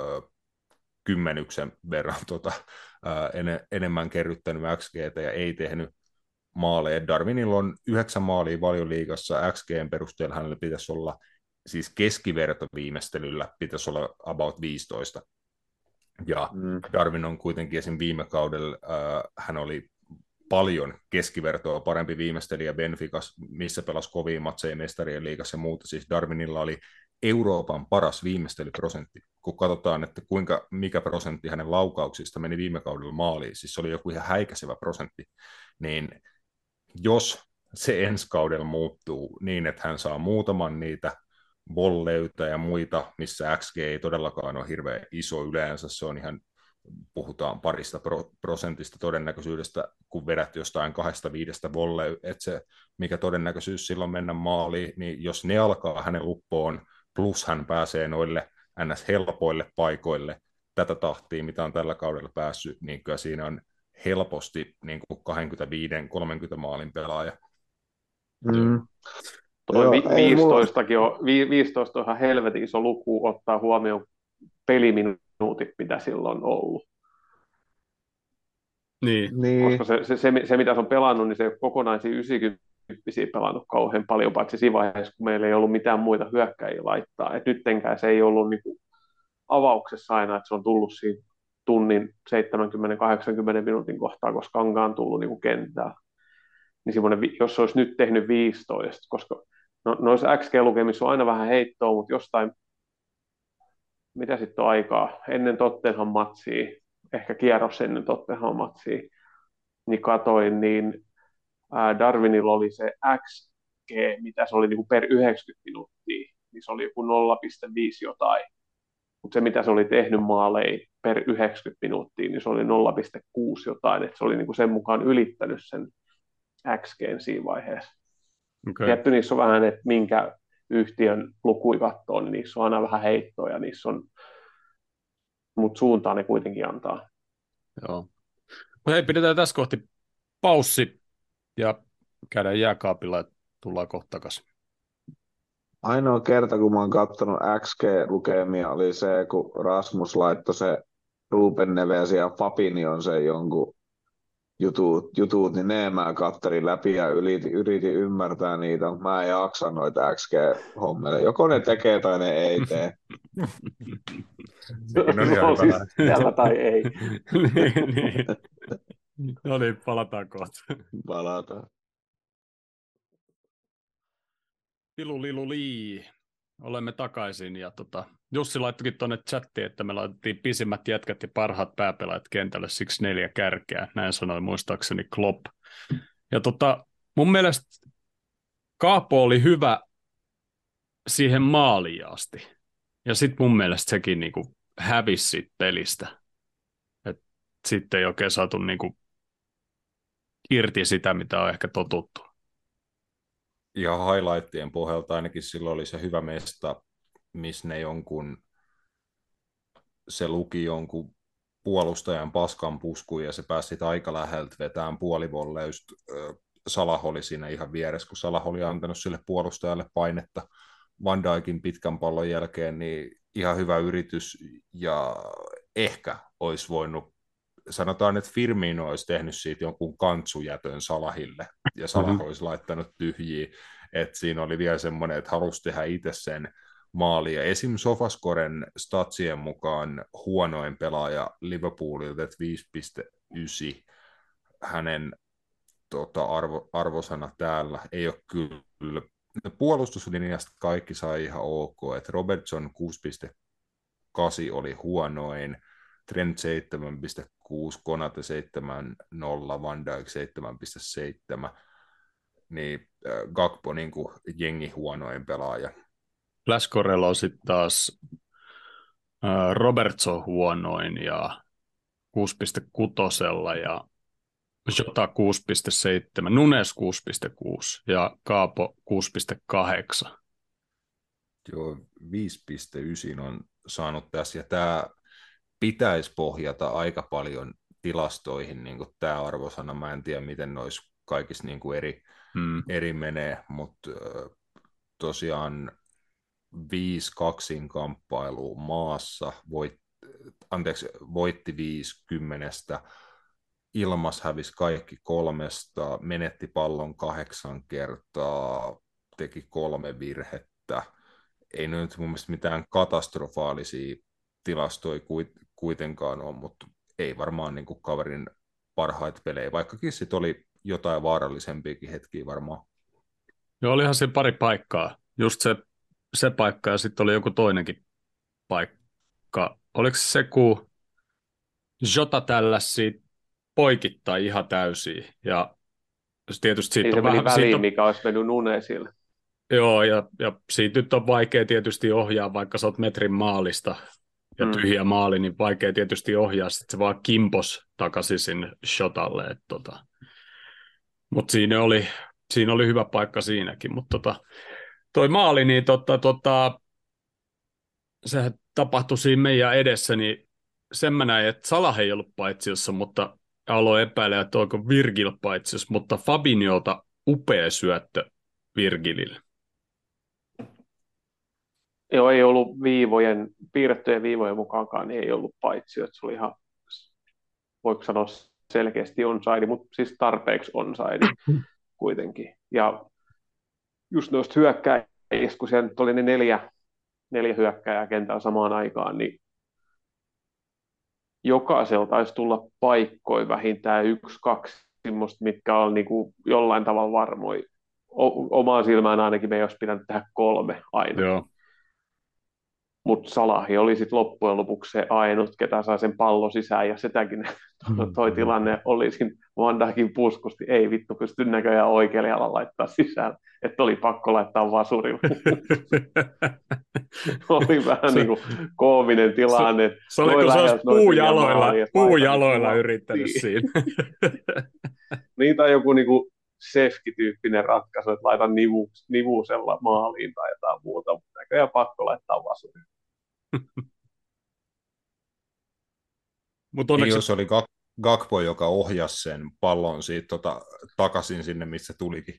10 verran enemmän kerryttänyt XGtä ja ei tehnyt maaleja. Darwinilla on 9 maalia Valioliigassa, XGn perusteella hänellä pitäisi olla siis keskiverto viimeistelyllä pitäisi olla about 15. Ja Darwin on kuitenkin esim. Viime kaudella, hän oli paljon keskivertoa parempi viimeistelijä Benficas, missä pelasi kovia matseja mestarien liigassa ja muuta. Siis Darwinilla oli Euroopan paras viimeistelyprosentti, kun katsotaan, että mikä prosentti hänen laukauksista meni viime kaudella maaliin, siis se oli joku ihan häikäisevä prosentti, niin jos se ensi kaudella muuttuu niin, että hän saa muutaman niitä volleytä ja muita, missä XG ei todellakaan ole hirveän iso yleensä, se on ihan, puhutaan parista prosentista todennäköisyydestä, kun vedät jostain 2-5 volley, että se, mikä todennäköisyys silloin mennä maaliin, niin jos ne alkaa hänen luppoon, plus hän pääsee noille NS-helpoille paikoille, tätä tahtia, mitä on tällä kaudella päässyt, niin kyllä siinä on helposti niin kuin 25-30 maalin pelaaja. Toi 15 on ihan helvetin iso luku ottaa huomioon peliminuutit, mitä silloin on ollut. Niin. Koska se, mitä se on pelannut, niin se ei ole kokonaisia 90 pelannut kauhean paljon, paitsi siinä vaiheessa, kun meillä ei ollut mitään muita hyökkäjiä laittaa. Et nyttenkään se ei ollut niinku avauksessa aina, että se on tullut siinä tunnin 70-80 minuutin kohtaa, koska on tullut niinku kenttää. Niin jos se olisi nyt tehnyt 15, koska noissa XG-lukemissa on aina vähän heittoa, mutta jostain, mitä sitten on aikaa, ennen Tottenham matsia, ehkä kierros ennen Tottenham matsia, niin katoin, niin Darwinilla oli se XG, mitä se oli niin kuin per 90 minuuttia, niin se oli joku 0,5 jotain, mutta se mitä se oli tehnyt maaleja per 90 minuuttia, niin se oli 0,6 jotain, että se oli niin kuin sen mukaan ylittänyt sen XGn siinä vaiheessa. Okay. Tietty niissä on vähän, että minkä yhtiön lukui kattoo, niin niissä on aina vähän heittoja, mutta suuntaan ne kuitenkin antaa. Joo. Mutta hei, pidetään tässä kohti paussi ja käydään jääkaapilla, että tullaan kohta takaisin. Ainoa kerta, kun mä oon katsonut XG-lukemia, oli se, kun Rasmus laittoi se Ruben Neves ja Fabinhon se jonkun jutut, niin ne mä kattelin läpi ja yritin ymmärtää niitä, mutta mä en jaksa noita XG-hommia. Joko ne tekee tai ne ei tee. Tällä tai ei. niin. No niin, palataan kohta. Palataan. Lilu lii. olemme takaisin. Ja Jussi laittokin tuonne chattiin, että me laitettiin pisimmät jätkät ja parhaat pääpelaajat kentälle, siksi 4 kärkeä. Näin sanoi muistaakseni Klopp. Ja mun mielestä Kaapo oli hyvä siihen maaliin asti. Ja sitten mun mielestä sekin niinku hävisi siitä pelistä. Et sitten ei oikein saatu niinku irti sitä, mitä on ehkä totuttu. Ihan highlightien pohjalta ainakin silloin oli se hyvä mesta, missä se luki jonkun puolustajan paskan puskuun ja se pääsi aika läheltä vetämään puolivolleust. Salah oli siinä ihan vieressä, kun Salah oli antanut sille puolustajalle painetta Van Dijkin pitkän pallon jälkeen, niin ihan hyvä yritys ja ehkä olisi voinut, sanotaan, että Firmino olisi tehnyt siitä jonkun kantsujätön Salahille ja Salah olisi laittanut tyhjiä, että siinä oli vielä semmoinen, että halusi tehdä itse sen maali. Ja esim. Sofascoren statsien mukaan huonoin pelaaja Liverpoolilta, että 5,9 hänen arvosana täällä ei ole kyllä. Puolustuslinjasta kaikki sai ihan ok, että Robertson 6,8 oli huonoin, Trent 7,6, Konate 7,0, Van Dijk 7,7, niin Gakpo niin kuin jengi huonoin pelaaja. Flascorella on sitten taas Robertson huonoin ja 6,6 ja Jota 6,7, Nunes 6,6 ja Kaapo 6,8. Joo, 5,9 on saanut tässä, ja tämä pitäisi pohjata aika paljon tilastoihin, niin kuin tämä arvosana. Mä en tiedä, miten noissa kaikissa niin kuin eri menee, mutta tosiaan 5 kaksinkamppailua maassa, voitti 50, ilmas hävisi kaikki 3, menetti pallon 8 kertaa, teki 3 virhettä. Ei nyt mun mielestä mitään katastrofaalisia tilastoja kuitenkaan ole, mutta ei varmaan niin kuin kaverin parhaita pelejä, vaikkakin sitten oli jotain vaarallisempiakin hetkiä varmaan. Joo, olihan siinä pari paikkaa. Just se paikka ja sitten oli joku toinenkin paikka. Oliko se kun Jota tälläsi poikittain ihan täysin ja tietysti siitä niin on se meni vähän... väliin, mikä olisi mennyt Nunesille. Joo, ja siitä nyt on vaikea tietysti ohjaa, vaikka sä oot metrin maalista ja tyhjä maali, niin vaikea tietysti ohjaa, sitten se vaan kimpos takaisin sinne shotalle. Mutta siinä oli hyvä paikka siinäkin, mutta toi maali, niin sehän tapahtui siinä meidän edessä, niin sen mä näin, että Salah ei ollut paitsiossa, mutta aloin epäillä, että onko Virgil paitsiossa, mutta Fabinholta upea syöttö Virgilille. Joo, ei ollut piirrettyjen viivojen mukaankaan, niin ei ollut paitsi, että se oli ihan, voiko sanoa selkeästi onside, mutta siis tarpeeksi onside kuitenkin. Ja just noista hyökkäjistä, kun siellä nyt oli ne neljä hyökkäjää kentällä samaan aikaan, niin jokaisella taisi tulla paikkoja vähintään 1-2 semmoista, mitkä on niin kuin jollain tavalla varmoja. Omaan silmään ainakin me ei olisi pitänyt tehdä 3 aina. Joo. Mutta Salahi oli sitten loppujen lopuksi se ainut, ketä sai sen pallon sisään, ja sitäkin toi tilanne oli siinä Van Dijkin puskusti, ei vittu pysty näköjään oikealla jalalla laittaa sisään, että oli pakko laittaa vasurilla. Oli vähän niin kuin koominen tilanne. Se oli, kun se olisi puujaloilla yrittänyt siinä. Niitä on joku niin kuin Sefki-tyyppinen ratkaisu, että laitan nivusella maaliin tai jotain muuta, mutta näköjään pakko laittaa vasurilla. Mut onneksi... Jos oli Gakpo, joka ohjasi sen pallon siitä takaisin sinne, missä tulikin.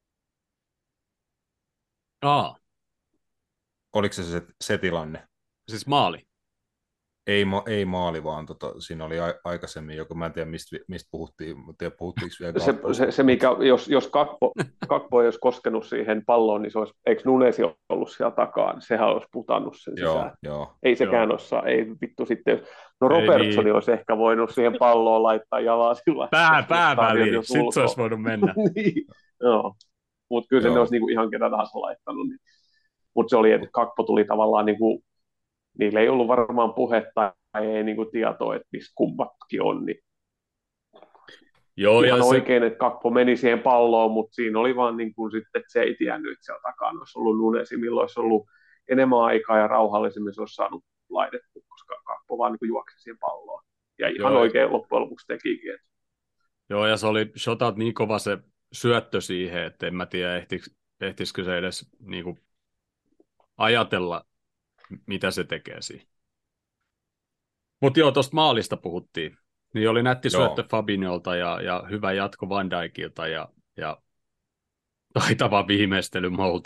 Oliko se tilanne? Siis maali? Ei maali, vaan siinä oli aikaisemmin joku, mä en tiedä mistä puhuttiin, mutta puhuttiinko vielä se mikä, jos Gakpo ei olisi koskenut siihen palloon, niin se olisi, eikö Nunesi ollut siellä takaa, niin sehän olisi putannut sen sisään. Joo. Ei sekään osaa, ei vittu sitten, no Robertson niin. Olisi ehkä voinut siihen palloon laittaa jalaa sillä. Pää väliin, sitten se olisi voinut mennä. Niin, joo, mutta kyllä se olisi niinku ihan ketä tahansa laittanut. Niin. mutta se oli, että Kakpo tuli tavallaan, niin kuin, niillä ei ollut varmaan puhetta tai ei niin kuin tietoa, että missä kummatkin on, niin Joo, ihan ja se, oikein, että Kakpo meni siihen palloon, mutta siinä oli vaan niin kuin sitten, että se ei tiennyt, että siellä takana olisi ollut Nunesi, milloin olisi ollut enemmän aikaa ja rauhallisemmin se olisi saanut laitettu, koska Kakpo vaan niin kuin juoksi siihen palloon. Ja ihan joo, oikein loppujen lopuksi tekikin. joo, ja se oli shotat niin kova se syöttö siihen, että en mä tiedä, ehtisikö se edes niin kuin ajatella, mitä se tekee siinä. Mutta joo, tuosta maalista puhuttiin. Niin oli nätti syöttö Joo, Fabinholta ja hyvä jatko Van Dijkilta ja taitava viimeistely Moulta.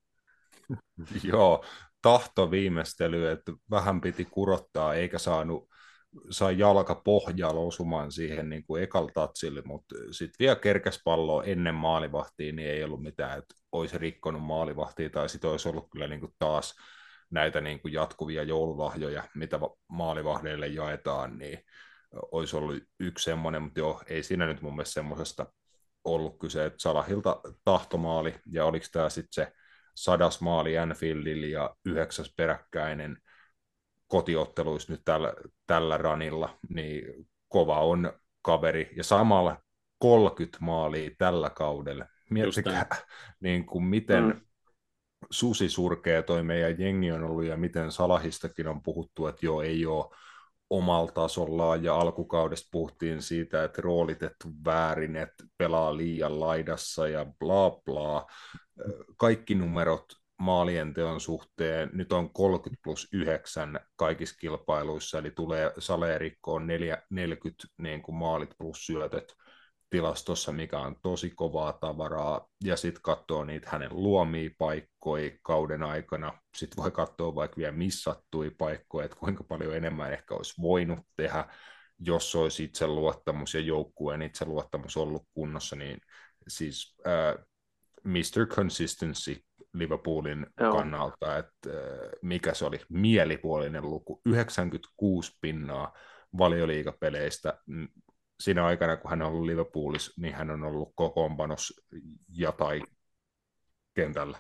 joo, tahtoviimeistely, että vähän piti kurottaa, eikä sai jalka pohjalla osumaan siihen niin kuin ekalla tatsille, mutta sitten vielä kerkäs palloa ennen maalivahtia, niin ei ollut mitään, että olisi rikkonut maalivahtia, tai sitten olisi ollut kyllä niin kuin taas näitä niin kuin jatkuvia joululahjoja, mitä maalivahdeille jaetaan, niin olisi ollut yksi semmoinen, mutta joo, ei siinä nyt mun mielestä semmoisesta ollut kyse, että Salahilta tahtomaali, ja oliko tämä sitten se 100. maali Anfieldillä ja 9. peräkkäinen kotiotteluissa nyt tällä ranilla, niin kova on kaveri, ja samalla 30 maalia tällä kaudella. Miettikää, niin kuin miten susisurkea toi meidän jengi on ollut, ja miten Salahistakin on puhuttu, että joo, ei ole omalla tasollaan, ja alkukaudesta puhuttiin siitä, että roolitettu väärin, että pelaa liian laidassa, ja bla bla. Kaikki numerot maalien teon suhteen, nyt on 30+9 kaikissa kilpailuissa, eli tulee Salerikkoon 40 niin kuin maalit plus syötöt tilastossa, mikä on tosi kovaa tavaraa, ja sitten katsoo niitä hänen luomia paikkoja kauden aikana, sitten voi katsoa vaikka vielä missattui paikkoja, että kuinka paljon enemmän ehkä olisi voinut tehdä, jos olisi itseluottamus ja joukkueen itseluottamus ollut kunnossa, niin siis Mr. Consistency Liverpoolin kannalta, että mikä se oli, mielipuolinen luku, 96 pinnaa valioliigapeleistä siinä aikana, kun hän on ollut Liverpoolissa, niin hän on ollut kokoonpanossa ja tai kentällä.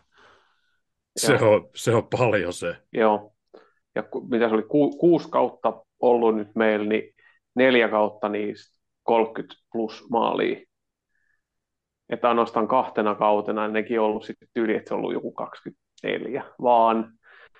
Se on paljon se. Joo, ja mitä se oli, 6 kautta ollut nyt meillä, niin 4 kautta niistä 30 plus maalia. Että ainoastaan 2 kautena nekin on ollut sitten tyyli, että se on ollut joku 24, vaan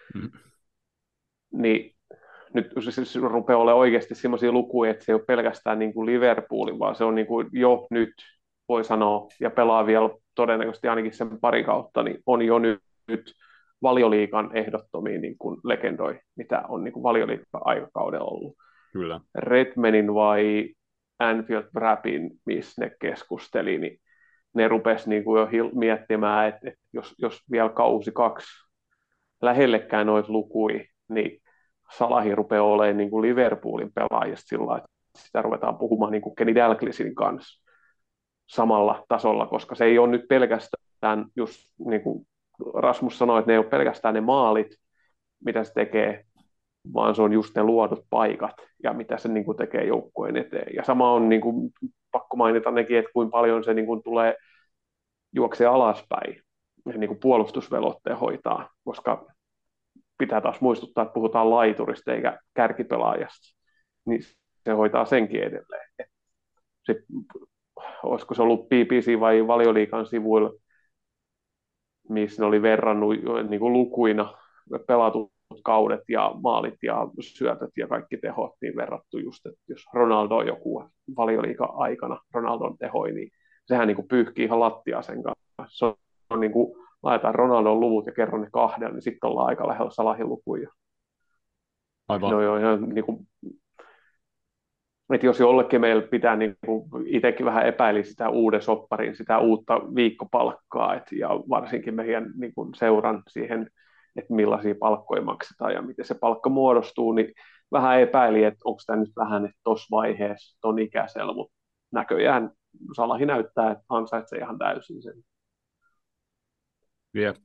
niin nyt siis rupeaa olemaan oikeasti sellaisia lukuja, että se ei ole pelkästään niin kuin Liverpoolin, vaan se on niin kuin jo nyt, voi sanoa, ja pelaa vielä todennäköisesti ainakin sen pari kautta, niin on jo nyt Valioliigan ehdottomia niin kuin legendoja, mitä on niin kuin Valioliigan aikakaudella ollut. Kyllä. Redmanin vai Anfield Wrapin, missä ne keskusteli, niin ne rupesi niin kuin jo miettimään, että jos vielä kausi 2 lähellekään noita lukuja, niin Salahi rupeaa olemaan niin kuin Liverpoolin pelaajista sillä, että sitä ruvetaan puhumaan niin kuin Kenny Dalglishin kanssa samalla tasolla, koska se ei ole nyt pelkästään, just niin kuin Rasmus sanoi, että ne ei ole pelkästään ne maalit, mitä se tekee, vaan se on just ne luodut paikat ja mitä se niin kuin tekee joukkueen eteen. Ja sama on niin kuin, pakko mainita nekin, että kuinka paljon se niin kuin tulee juoksee alaspäin ja niin kuin puolustusvelvoitteen hoitaa, koska pitää taas muistuttaa, että puhutaan laiturista eikä kärkipelaajasta, niin se hoitaa senkin edelleen. Sitten, olisiko se ollut BBC vai Valioliigan sivuilla, missä ne oli verrannut niin kuin lukuina pelatut kaudet ja maalit ja syötöt ja kaikki tehot, niin verrattu just, että jos Ronaldo on joku Valioliigan aikana, Ronaldon tehoi, niin sehän niin kuin pyyhkii ihan lattiaa sen kanssa. Se on niin kuin, laitetaan Ronaldon luvut ja kerron ne 2, niin sitten ollaan aika lähellä Salahin lukuja. Aivan. No joo, ihan niin kuin, että jos jollekin meillä pitää, niin kuin itsekin vähän epäili sitä uuden sopparin, sitä uutta viikkopalkkaa, ja varsinkin meidän niin kuin seuran siihen, että millaisia palkkoja maksetaan ja miten se palkka muodostuu, niin vähän epäili, että onko tämä nyt vähän tuossa vaiheessa ton ikäisellä, mutta näköjään Salahi näyttää, että ansaitsee ihan täysin sen. Yeah.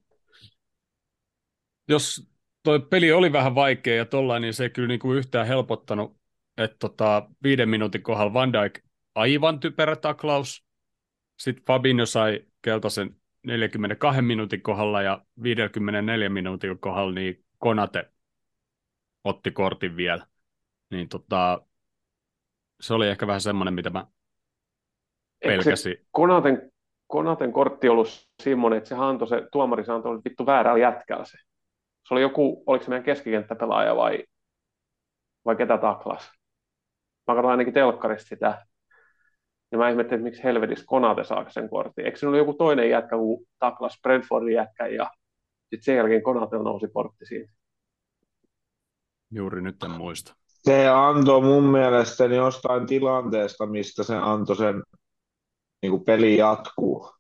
Jos toi peli oli vähän vaikea ja tollain, niin se ei kyllä niinku yhtään helpottanut, että 5 minuutin kohdalla Van Dijk aivan typerä taklaus, sitten Fabinho sai keltaisen 42 minuutin kohdalla ja 54 minuutin kohdalla niin Konate otti kortin vielä. Niin se oli ehkä vähän semmoinen, mitä mä pelkäsin. Eikö se Konaten kortti ollut semmoinen, että se tuomari antoi vittu väärällä jätkällä se. Se oli joku, oliko se meidän keskikenttäpelaaja vai ketä taklas? Mä katsoin ainakin telkkarista sitä. Ja mä ihmettelin, että miksi helvetissä Konate saa sen kortin. Eikö se ollut joku toinen jätkä, kun taklas Brentfordin jätkä ja sitten sen jälkeen Konate nousi kortti siitä. Juuri nyt en muista. Se antoi mun mielestäni jostain tilanteesta, mistä se antoi sen niin kuin peli jatkuu.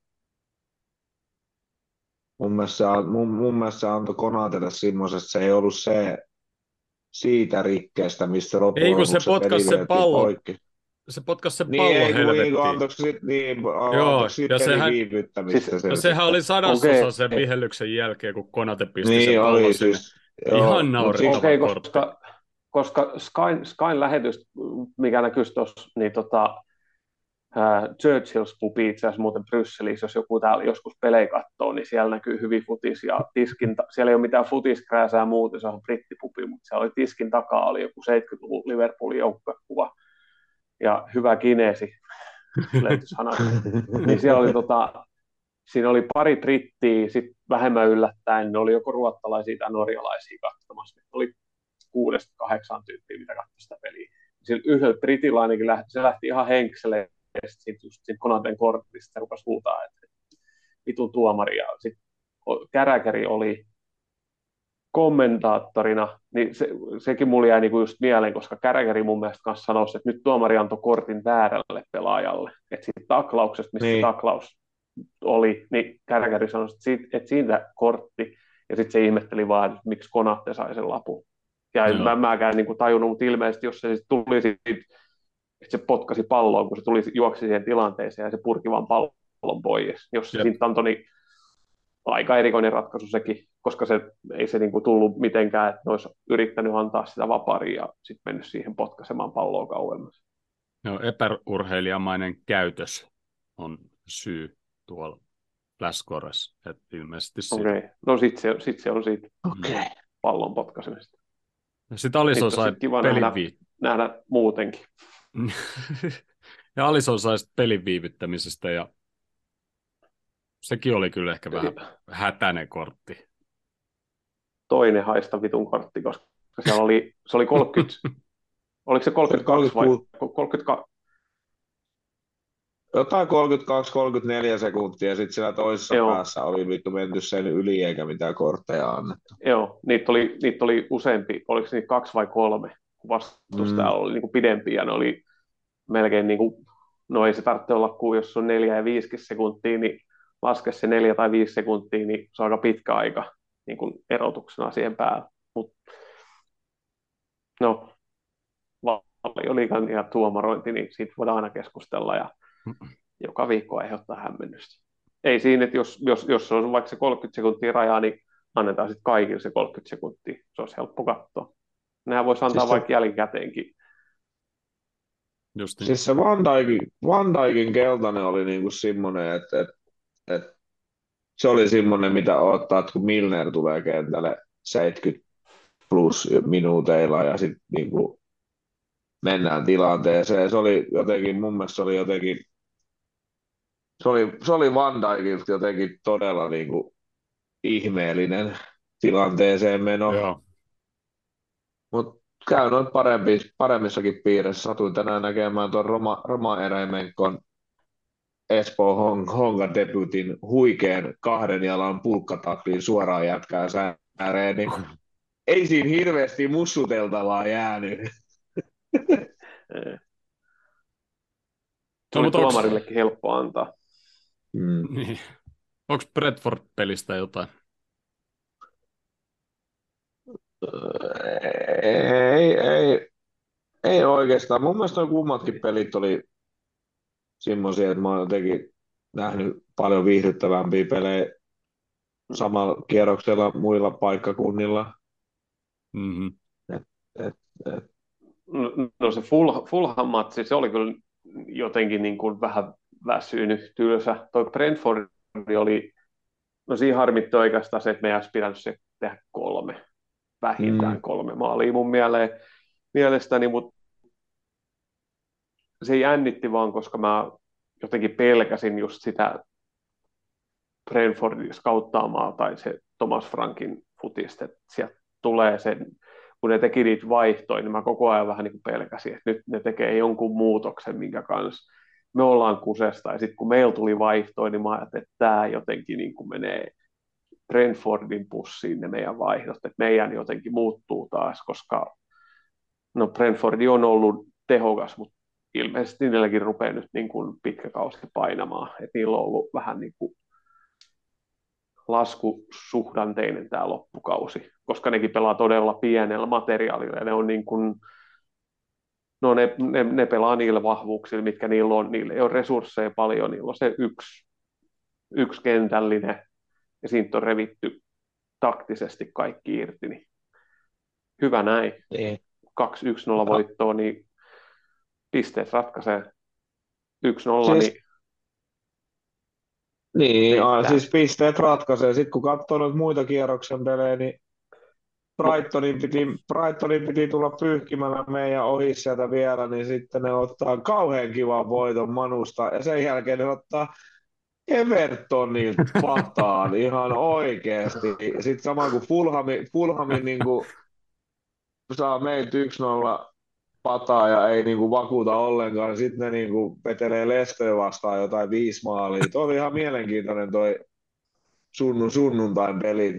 Mun mielestä se antoi Konatelle semmoisesta, se ei ollut siitä rikkeestä, mistä loppujen lopuksi se potkas peli vedettiin poikki. Se potkas sen niin, pallon helvettiin. Antoiko siitä pelin viivyttämistä? Sehän oli 100% sen vihellyksen jälkeen, kun Konate pisti sen pallon sinne. Ihan naurettava kortti. Koska Skyn lähetys, mikä näkyisi tuossa, niin Churchill's pubi itse asiassa muuten Brysselissä, jos joku täällä joskus pelejä katsoo, niin siellä näkyy hyvin futis ja siellä ei ole mitään futiskrääsää muuta, se on brittipubi, mutta siellä oli tiskin takaa, oli joku 70-luvun Liverpoolin joukkuekuva ja hyvä kineesi, niin siellä oli siinä oli pari brittiä, sitten vähemmän yllättäen, ne oli joko ruottalaisia tai norjalaisia katsomassa, oli 6-8 tyyppiä, mitä katsoi sitä peliä. Sillä yhdellä britillä ainakin se lähti ihan henkselle, ja sitten Konaten kortista se rupesi huutaa, että vitun tuomari, ja sitten Käräkäri oli kommentaattorina, niin sekin mulle jäi niinku just mieleen, koska Käräkäri mun mielestä kanssa sanoi, että nyt tuomari antoi kortin väärälle pelaajalle, että siitä taklauksesta, mistä niin. Taklaus oli, niin Käräkäri sanoi, että siitä kortti, ja sitten se ihmetteli vaan, että miksi Konate sai sen lapun. Ja en mäkään niin tajunnut, mutta ilmeisesti jos se tuli siitä, että se potkasi palloon, kun se juoksi siihen tilanteeseen ja se purki vaan pallon pois. Jos se siitä antoi, niin aika erikoinen ratkaisu sekin, koska ei se niin kuin tullut mitenkään, että ne olisi yrittänyt antaa sitä vaparia ja sitten mennyt siihen potkaisemaan palloa kauemmas. No, epäurheilijamainen käytös on syy tuolla Flashscoressa, että ilmeisesti Okei, no sitten se on siitä pallon potkaisemista. Sitten Alisson sai pelin nähdä muutenkin. Ja Alisson sai pelin viivyttämisestä ja sekin oli kyllä ehkä vähän hätäinen kortti. Toinen haista vitun kortti, koska siellä se oli 30, oliko se 32 vai 32? Jotain 32-34 sekuntia, ja sitten siellä toisessa päässä oli vittu menty sen yli, eikä mitään kortteja annettu. Joo, niitä oli useampi, oliko niitä 2 vai 3, kun vastustaja oli niin kuin pidempi, ja ne oli melkein, niin kuin, no ei se tarvitse olla, kun jos on 4 ja 5 sekuntia, niin laske se 4 tai 5 sekuntia, niin se on aika pitkä aika niin kuin erotuksena siihen päälle. No, Valioliigan ja tuomarointi, niin siitä voidaan aina keskustella, ja joka viikko aiheuttaa hämmennystä. Ei siinä, että jos on vaikka se 30 sekuntia rajaa, niin annetaan sitten kaikille se 30 sekuntia. Se olisi helppo katsoa. Nehän voisi antaa siis vaikka jälkikäteenkin. Just niin. Siis se Van Dijkin keltainen oli niinku semmoinen, että se oli semmoinen, mitä odottaa, että kun Milner tulee kentälle 70 plus minuuteilla ja sitten niinku mennään tilanteeseen. Se oli jotenkin, mun mielestä se oli jotenkin, se oli Van Dijkilta jotenkin todella niinku ihmeellinen tilanteeseen meno. Mutta käy noin paremmissakin piirissä. Satuin tänään näkemään tuon Roma Eremenkon Espoo Hongan debutin huikean 2 jalan pulkkataklin suoraan jätkää ääreen, niin ei siinä hirveästi mussuteltavaa jäänyt. Se oli tuomarillekin helppo antaa. Niin. Onko Bradford-pelistä jotain? Ei oikeastaan. Mun mielestä nuo kummatkin pelit oli semmoisia, että mä oon jotenkin nähnyt paljon viihdyttävämpiä pelejä samalla kierroksella muilla paikkakunnilla. Mm-hmm. No se Fulham-matsi, se oli kyllä jotenkin niin kuin vähän väsynyt tylsä. Toi Brentford oli No siinä harmitti oikeastaan se, että meidän olisi pitänyt se tehdä 3, vähintään 3 maalia mun mielestäni, mutta se jännitti vaan, koska mä jotenkin pelkäsin just sitä Brentfordin skauttaamaa tai se Thomas Frankin futista, että sieltä tulee sen, kun ne teki niitä vaihtoja, niin mä koko ajan vähän niin kuin pelkäsin, että nyt ne tekee jonkun muutoksen, minkä kanssa me ollaan kusesta, ja sitten kun meillä tuli vaihtoja, niin mä ajattelin, että tämä jotenkin niin kuin menee Brentfordin pussiin ne meidän vaihdot, että meidän jotenkin muuttuu taas, koska no Brentfordi on ollut tehokas, mutta ilmeisesti niilläkin rupeaa nyt niin kuin pitkä kausi painamaan, että niillä on ollut vähän niin kuin laskusuhdanteinen tämä loppukausi, koska nekin pelaa todella pienellä materiaalilla, ja ne on niin kuin, no ne pelaa niillä vahvuuksilla, mitkä niillä ei ole resursseja paljon, niillä on se yksi kentällinen, ja siitä on revitty taktisesti kaikki irti, niin hyvä näin. 2-1-0 voittoa, niin pisteet ratkaisee. 1-0, siis, siis pisteet ratkaisee. Sitten kun katsoo noita muita kierroksen pelejä, niin Brightonin piti tulla pyyhkimällä meidän ohi sieltä vielä, niin sitten ne ottaa kauhean kivan voiton Manusta, ja sen jälkeen ne ottaa Evertonilta pataan ihan oikeasti. Sitten sama kuin Fulhamin niin kuin saa meiltä 1-0 pataa ja ei niin kuin vakuuta ollenkaan, sitten ne niin kuin vetelee Leicester vastaan jotain 5 maalia. Tuo oli ihan mielenkiintoinen toi sunnuntain pelit.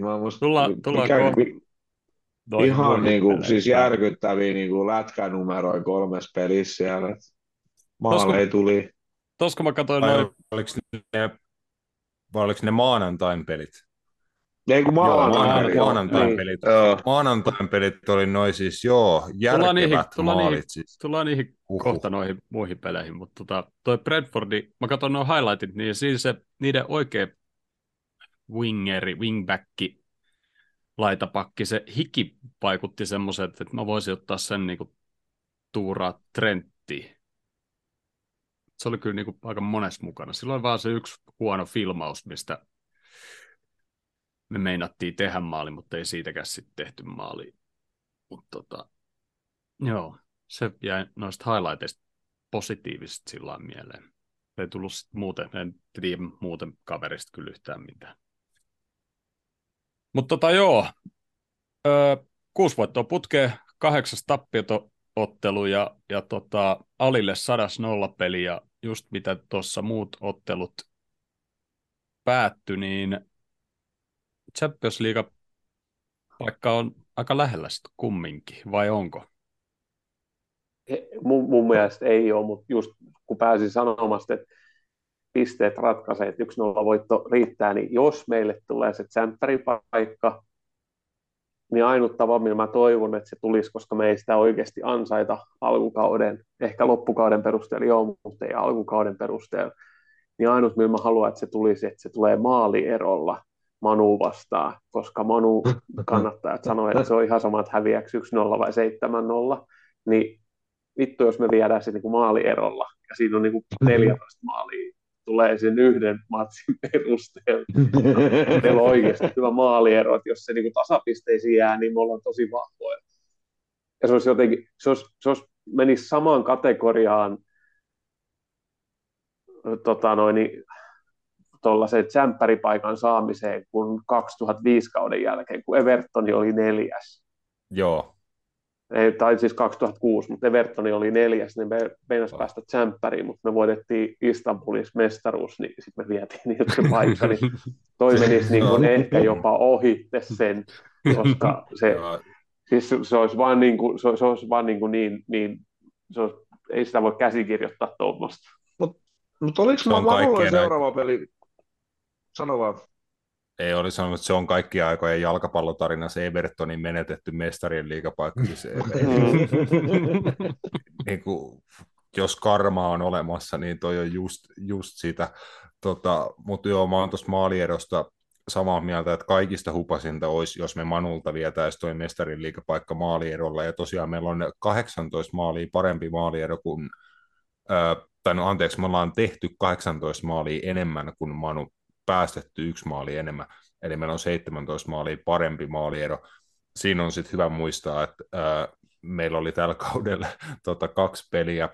Ihan niin kuin, siis järkyttäviä niin kuin lätkänumeroja 3 pelissä siellä. Maaleja tuli. Tuossa mä katsoin oliko ne maanantain pelit? Ei kun maanantain pelit. Maanantain pelit oli noin siis järkevät maalit. Tullaan niihin kohta noihin muihin peleihin, mutta toi Brentfordi, mä katson nuo highlightit, niin siis se niiden oikea wingbacki, laitapakki, se hiki vaikutti semmoiset, että mä voisin ottaa sen niinku tuuraa Trenttiin. Se oli kyllä niinku aika monessa mukana. Silloin vaan se yksi huono filmaus, mistä me meinattiin tehdä maali, mutta ei siitäkään sitten tehty maali. Mutta joo, se jäi noista highlighteista positiivisesti sillä mieleen. Ei tullut muuten, en tiedä muuten kaverista kyllä yhtään mitään. Mutta joo, 6 voittoa putkeen, 8 tappiotottelu ja Alille 100 peli ja just mitä tuossa muut ottelut päättyi, niin Champions League paikka on aika lähellä sitten kumminkin, vai onko? Mun mielestä ei ole, mutta just kun pääsin sanomasta, että pisteet ratkaisee, että 1-0 voitto riittää, niin jos meille tulee se tsemppäripaikka, niin ainut tapa, millä mä toivon, että se tulisi, koska me ei sitä oikeasti ansaita alkukauden, ehkä loppukauden perusteella, joo, mutta ei alkukauden perusteella, niin ainut, millä mä haluan, että se tulisi, että se tulee maalierolla Manu vastaan, koska Manu kannattajat sanoo, että se on ihan sama, että häviääkö 1-0 vai 7-0, niin vittu, jos me viedään se niin kuin maalierolla, ja siinä on niin kuin 14 maalia, tulee sen yhden matsin perusteella. Meillä on oikeasti hyvä maaliero, että jos se niin kuin tasapisteisiin jää, niin me ollaan tosi vahvoja. Ja se olisi jotenkin, se olisi menisi samaan kategoriaan tuollaiseen tsempäripaikan saamiseen kuin 2005 kauden jälkeen, kun Everton oli 4. Joo. Tai siis 2006, mutta Everton oli 4, niin me meinasi päästä tsemppäriin, mutta me voitettiin Istanbulissa mestaruus, niin sitten me vietiin niiltä se paikka, niin toi menisi niin kuin ehkä jopa ohitte sen, koska se olisi vaan niin kuin, se olisi vaan niin se olisi, ei sitä voi käsikirjoittaa tuommoista. Mutta oliko Manulla seuraava peli? Sano vaan. Ei oli sanonut, että se on kaikkien aikojen jalkapallotarina, se Evertonin menetetty mestarien liigapaikka. Niin kuin, jos karma on olemassa, niin toi on just sitä. Mutta joo, mä oon tuosta maaliedosta samaa mieltä, että kaikista hupasinta olisi, jos me Manulta vietäisiin toi mestarien liigapaikka maalierolla. Ja tosiaan meillä on 18 maalia parempi maaliero kuin, me ollaan tehty 18 maalia enemmän kuin Manu päästetty 1 maali enemmän, eli meillä on 17 maalia parempi maaliero. Siinä on sitten hyvä muistaa, että meillä oli tällä kaudella 2 peliä,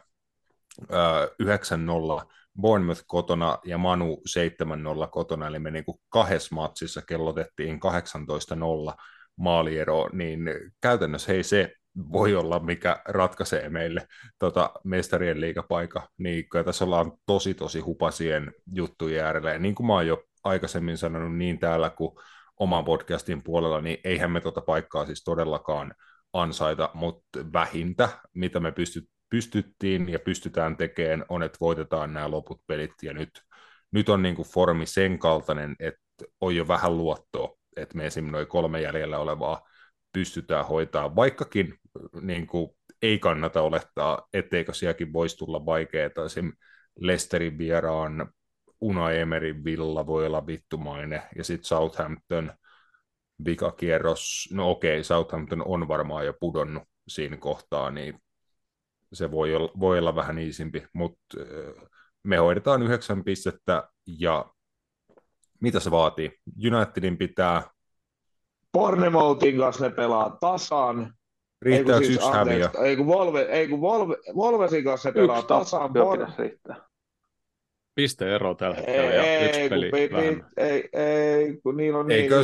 9-0 Bournemouth kotona ja Manu 7-0 kotona, eli me niinku 2 matsissa kellotettiin 18-0 maaliero, niin käytännössä hei se voi olla, mikä ratkaisee meille mestarien liigapaikka, niin kyllä tässä ollaan tosi hupasien juttujen äärellä, ja niin kuin mä oon jo aikaisemmin sanonut niin täällä kuin oman podcastin puolella, niin eihän me paikkaa siis todellakaan ansaita, mutta vähintä, mitä me pystyttiin ja pystytään tekemään, on, että voitetaan nämä loput pelit, ja nyt on niin kuin formi sen kaltainen, että on jo vähän luottoa, että me esimerkiksi noin 3 jäljellä olevaa pystytään hoitaa, vaikkakin niin kuin ei kannata olettaa, etteikö sielläkin voisi tulla vaikeaa. Esimerkiksi Leicesterin vieraan Unai Emeryn villa voi olla vittumainen, ja sitten Southampton vikakierros, no okei, Southampton on varmaan jo pudonnut siinä kohtaa, niin se voi olla vähän iisimpi, mutta me hoidetaan 9 pistettä, ja mitä se vaatii? Unitedin pitää... Bournemouthin kanssa ne pelaa tasan. Riittääkö yksi häviö? Wolvesin kanssa ne pelaa tasan. Pitäisi riittää. Pisteero tällä hetkellä ja 1 peli vähemmän. Ei, kun niillä on niin.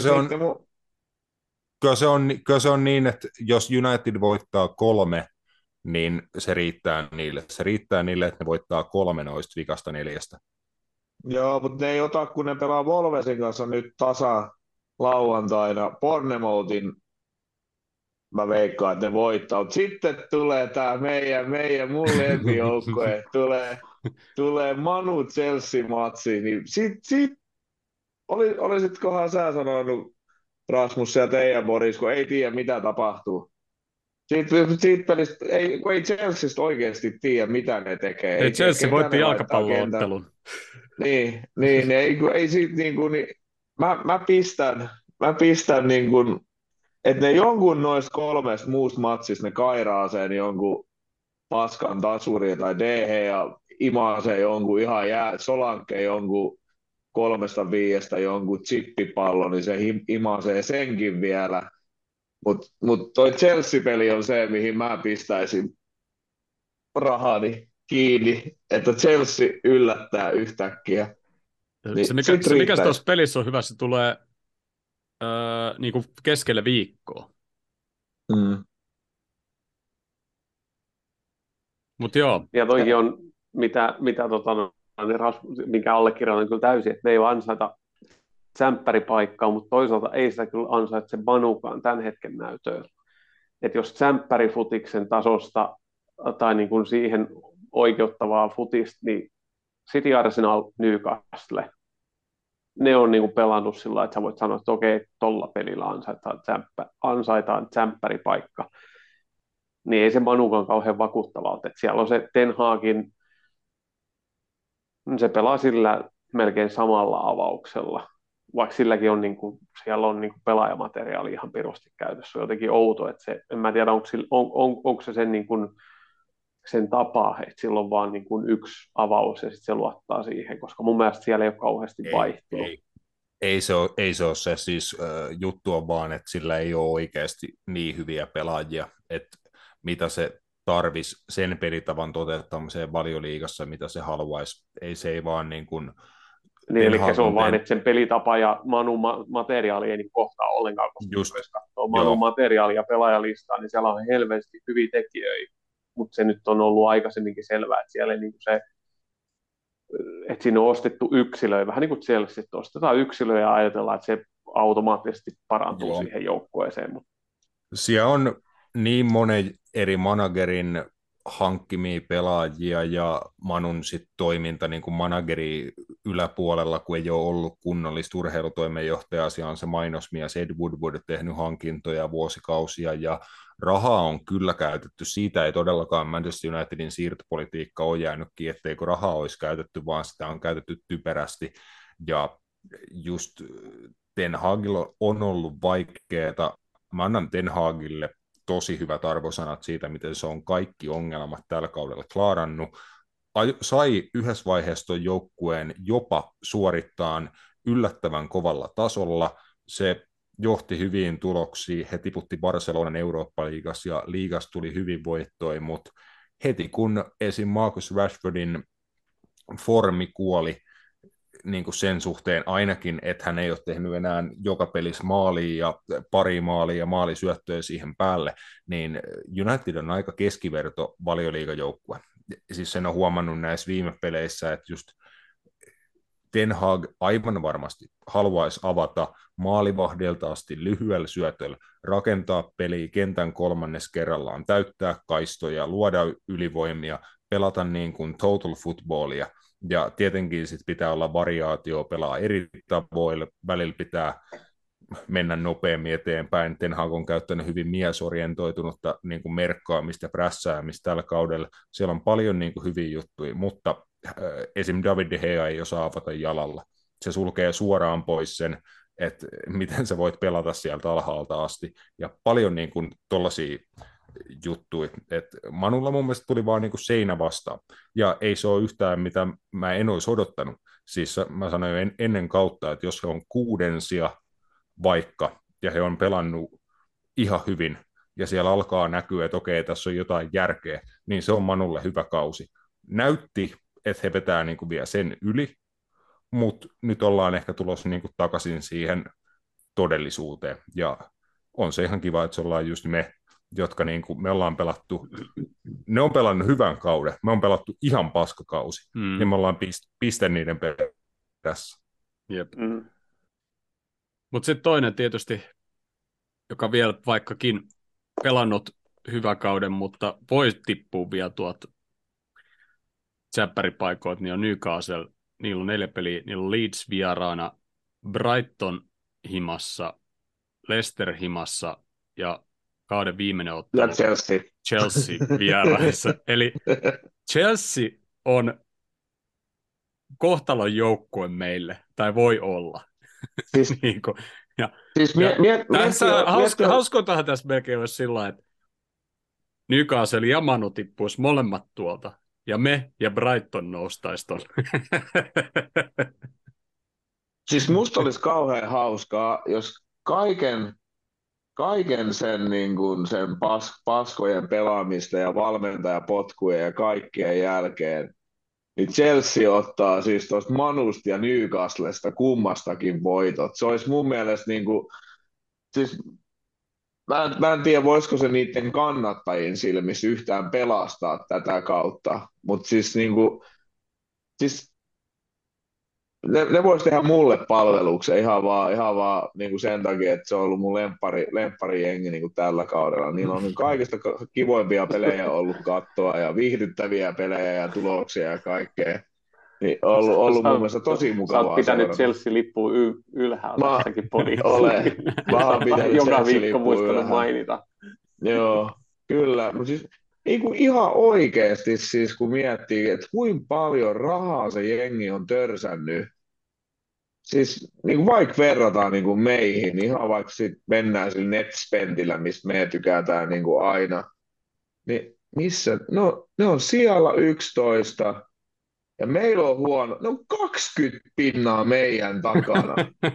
Kyllä se on niin, että jos United voittaa 3, niin se riittää niille. Se riittää niille, että ne voittaa 3 noista vikasta 4. Joo, mutta ne ei ota, kun ne pelaa Wolvesin kanssa nyt tasa lauantaina. Bournemouthin mä veikkaan, että ne voittaa. Sitten tulee tämä mun lempijoukkue. tulee Manu Chelsea-matsi. Niin olisitkohan sä sanonut, Rasmus ja teidän Boris, kun ei tiedä mitä tapahtuu. Siitä pelistä, ei Chelseasta oikeasti tiedä, mitä ne tekee. Ei Chelsea voitti jalkapallo-ottelun. Niin, ei siitä niin kuin, mä pistän niin kuin, että ne jonkun noista 3 muusta matsista ne kairaa sen jonkun paskan tasuriin tai DH ja imaasee jonkun ihan Solanke jonkun 3-5 jonkun chippipallon, niin se imaasee senkin vielä. Mut toi Chelsea-peli on se, mihin mä pistäisin rahani kiinni, että Chelsea yllättää yhtäkkiä. Niin se mikä tuossa pelissä on hyvä, se tulee niin kuin keskelle viikkoa. Mut joo. Ja toikin on, minkä allekirjoitan kyllä täysin, että me ei ole ansaita tsemppäripaikkaa, mutta toisaalta ei sitä kyllä ansaitse Manukaan tämän hetken näytöllä. Että jos tsemppärifutiksen tasosta tai niin kuin siihen oikeuttavaa futista, niin City, Arsenal, Newcastle, ne on niin kuin pelannut sillä lailla, että sä voit sanoa, että okei, tolla pelillä ansaitaan tsemppäripaikka. Niin ei se Manukaan kauhean vakuuttavalta. Että siellä on se Ten Hagin, se pelaa sillä melkein samalla avauksella, vaikka silläkin on siellä on pelaajamateriaali ihan pirusti käytössä. Se on jotenkin outo, että se, en mä tiedä, onko se sen, sen tapa, että sillä on vaan 1 avaus ja sitten se luottaa siihen, koska mun mielestä siellä ei ole kauheasti vaihtelua. Ei se ole se siis juttu on vaan, että sillä ei ole oikeasti niin hyviä pelaajia, että mitä se tarvisi sen pelitavan toteuttamiseen Valioliigassa, mitä se haluaisi. Se vaan niin kuin... Niin, eli se on vain, että sen pelitapa ja Manun materiaali ei niin kohtaa ollenkaan, koska jos katsoo Manun materiaali ja pelaajalistaa, niin siellä on helveästi hyviä tekijöitä, mutta se nyt on ollut aikaisemminkin selvää, että siellä ei niin kuin se, että siinä on ostettu yksilöitä, vähän niin kuin Chelsea, että ostetaan yksilöjä ja ajatellaan, että se automaattisesti parantuu siihen joukkueeseen. Siellä on niin monen eri managerin hankkimia pelaajia ja Manun sit toiminta niin kuin manageri yläpuolella, kun ei ole ollut kunnollista urheilutoimenjohtajaa, siellä on se mainosmies Ed Woodward tehnyt hankintoja vuosikausia ja rahaa on kyllä käytetty, siitä ei todellakaan Manchester Unitedin siirtopolitiikka ole jäänytkin, etteikö rahaa olisi käytetty, vaan sitä on käytetty typerästi ja just Ten Hagilla on ollut vaikeaa, mä annan Ten Hagille tosi hyvät arvosanat siitä, miten se on kaikki ongelmat tällä kaudella klaarannut. Sai yhdessä vaiheessa tuon joukkueen jopa suorittaa yllättävän kovalla tasolla. Se johti hyviin tuloksiin, he tiputti Barcelonan Eurooppa-liigassa ja liigassa tuli hyvin voittoja, mutta heti kun esim. Marcus Rashfordin formi kuoli niin kuin sen suhteen ainakin, että hän ei ole tehnyt enää joka pelissä maalia ja pari maalia ja maalisyöttöjä siihen päälle, niin United on aika keskiverto valioliigajoukkue. Siis sen on huomannut näissä viime peleissä, että just Ten Hag aivan varmasti haluaisi avata maalivahdilta asti lyhyellä syötöllä, rakentaa peliä kentän kolmannes kerrallaan, täyttää kaistoja, luoda ylivoimia, pelata niin kuin total footballia, ja tietenkin sit pitää olla variaatio, pelaa eri tavoilla, välillä pitää mennä nopeammin eteenpäin. Ten Hag on käyttänyt hyvin miesorientoitunutta niin kuin merkkaamista ja prässäämistä tällä kaudella. Siellä on paljon niin kuin hyviä juttuja, mutta esim. David De Gea ei osaa avata jalalla. Se sulkee suoraan pois sen, että miten sä voit pelata sieltä alhaalta asti. Ja paljon niin kuin tollaisia juttuja. Et Manulla mun mielestä tuli vaan niin kuin seinä vastaan. Ja ei se ole yhtään, mitä mä en olisi odottanut. Siis mä sanoin jo ennen kautta, että jos he on kuudensia vaikka, ja he on pelannut ihan hyvin, ja siellä alkaa näkyä, että okei, tässä on jotain järkeä, niin se on Manulle hyvä kausi. Näytti, että he vetää niin kuin vielä sen yli, mutta nyt ollaan ehkä tulossa niin kuin takaisin siihen todellisuuteen, ja on se ihan kiva, että se ollaan just me, jotka niin kuin, me ollaan pelattu, ne on pelannut hyvän kauden, me on pelattu ihan paskakausi, niin me ollaan piste niiden perässä. Jep. Mutta sitten toinen tietysti, joka vielä vaikkakin pelannut hyvän kauden, mutta voi tippua vielä tuolta tsäppäripaikoilta, niin on Newcastle. Niillä on 4 peliä, niillä on Leeds vieraana, Brighton himassa, Leicester himassa ja kauden viimeinen ottelu. Ja Chelsea vieraissa. Eli Chelsea on kohtalon joukkue meille, tai voi olla. Siis, niin kuin, hauskointahan tässä melkein olisi sillä, että Newcastle ja Manu tippuisi molemmat tuolta, ja me ja Brighton noustaisi tuolla. Siis musta olisi kauhean hauskaa, jos kaiken sen, niin kuin sen paskojen pelaamista ja valmentajapotkujen ja kaikkien jälkeen, niin Chelsea ottaa siis tuosta Manusta ja Newcastlesta kummastakin voitot. Se olisi mun mielestä niin kuin, siis mä en tiedä, voisiko se niiden kannattajien silmissä yhtään pelastaa tätä kautta, mutta siis, niin kuin, siis ne voisi tehdä mulle palveluksen ihan vaan niin kuin sen takia, että se on ollut mun lemppari jengi niin kuin tällä kaudella. Niillä on kaikista kivoimpia pelejä ollut katsoa ja viihdyttäviä pelejä ja tuloksia ja kaikkea. Niin ollut mun mielestä tosi mukavaa. Sä oot pitänyt Chelsea-lippua ylhäällä tässäkin podissa. Olen. Mä oon pitänyt joka viikko muistanut mainita. Joo, kyllä. Mutta siis niin kuin ihan oikeasti siis kun miettii, että kuinka paljon rahaa se jengi on törsännyt. Siis niin kuin vaikka verrataan niin kuin meihin, niin ihan vaikka sit mennään sillä netspendillä, mistä me tykätään niin kuin aina. Niin missä? No, ne on siellä 11 ja meillä on huono. Ne on 20 pinnaa meidän takana.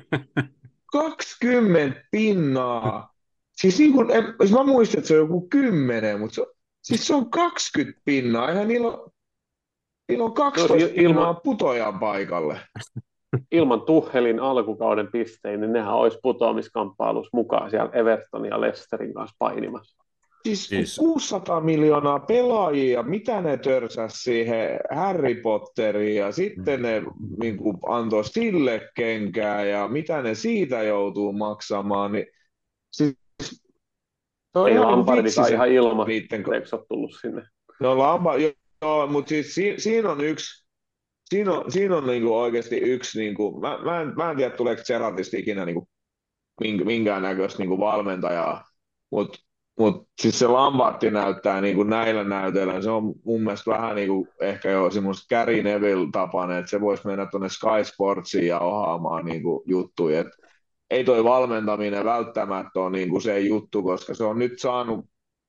20 pinnaa. Siis niin kuin, mä muistan, että se on joku 10, mutta siis se on 20 pinnaa. Eihän niillä on 12 pinnaa putoajan paikalle. Ilman Tuchelin alkukauden pistein, niin nehän olisi putoamiskamppailussa mukaan siellä Everton ja Leicesterin kanssa painimassa. Siis 600 miljoonaa pelaajia, mitä ne törsäs siihen Harry Potteriin ja sitten ne niin kuin, antoi sille kenkää ja mitä ne siitä joutuu maksamaan. Niin, siis, ei Lampardissa ihan ilman, eikö ole tullut sinne? No joo, mutta siis siinä on yksi, siinä on niinku oikeasti yksi, niinku, mä en tiedä tuleeko Gerrardista ikinä niinku, minkäännäköistä niinku valmentajaa, mutta siis se Lampardi näyttää niinku näillä näytöillä, se on mun mielestä vähän niinku, ehkä jo semmoista Gary Neville-tapainen, että se voisi mennä tuonne Sky Sportsiin ja ohaamaan niinku, juttuja, että ei toi valmentaminen välttämättä ole niinku se juttu, koska se on nyt saanut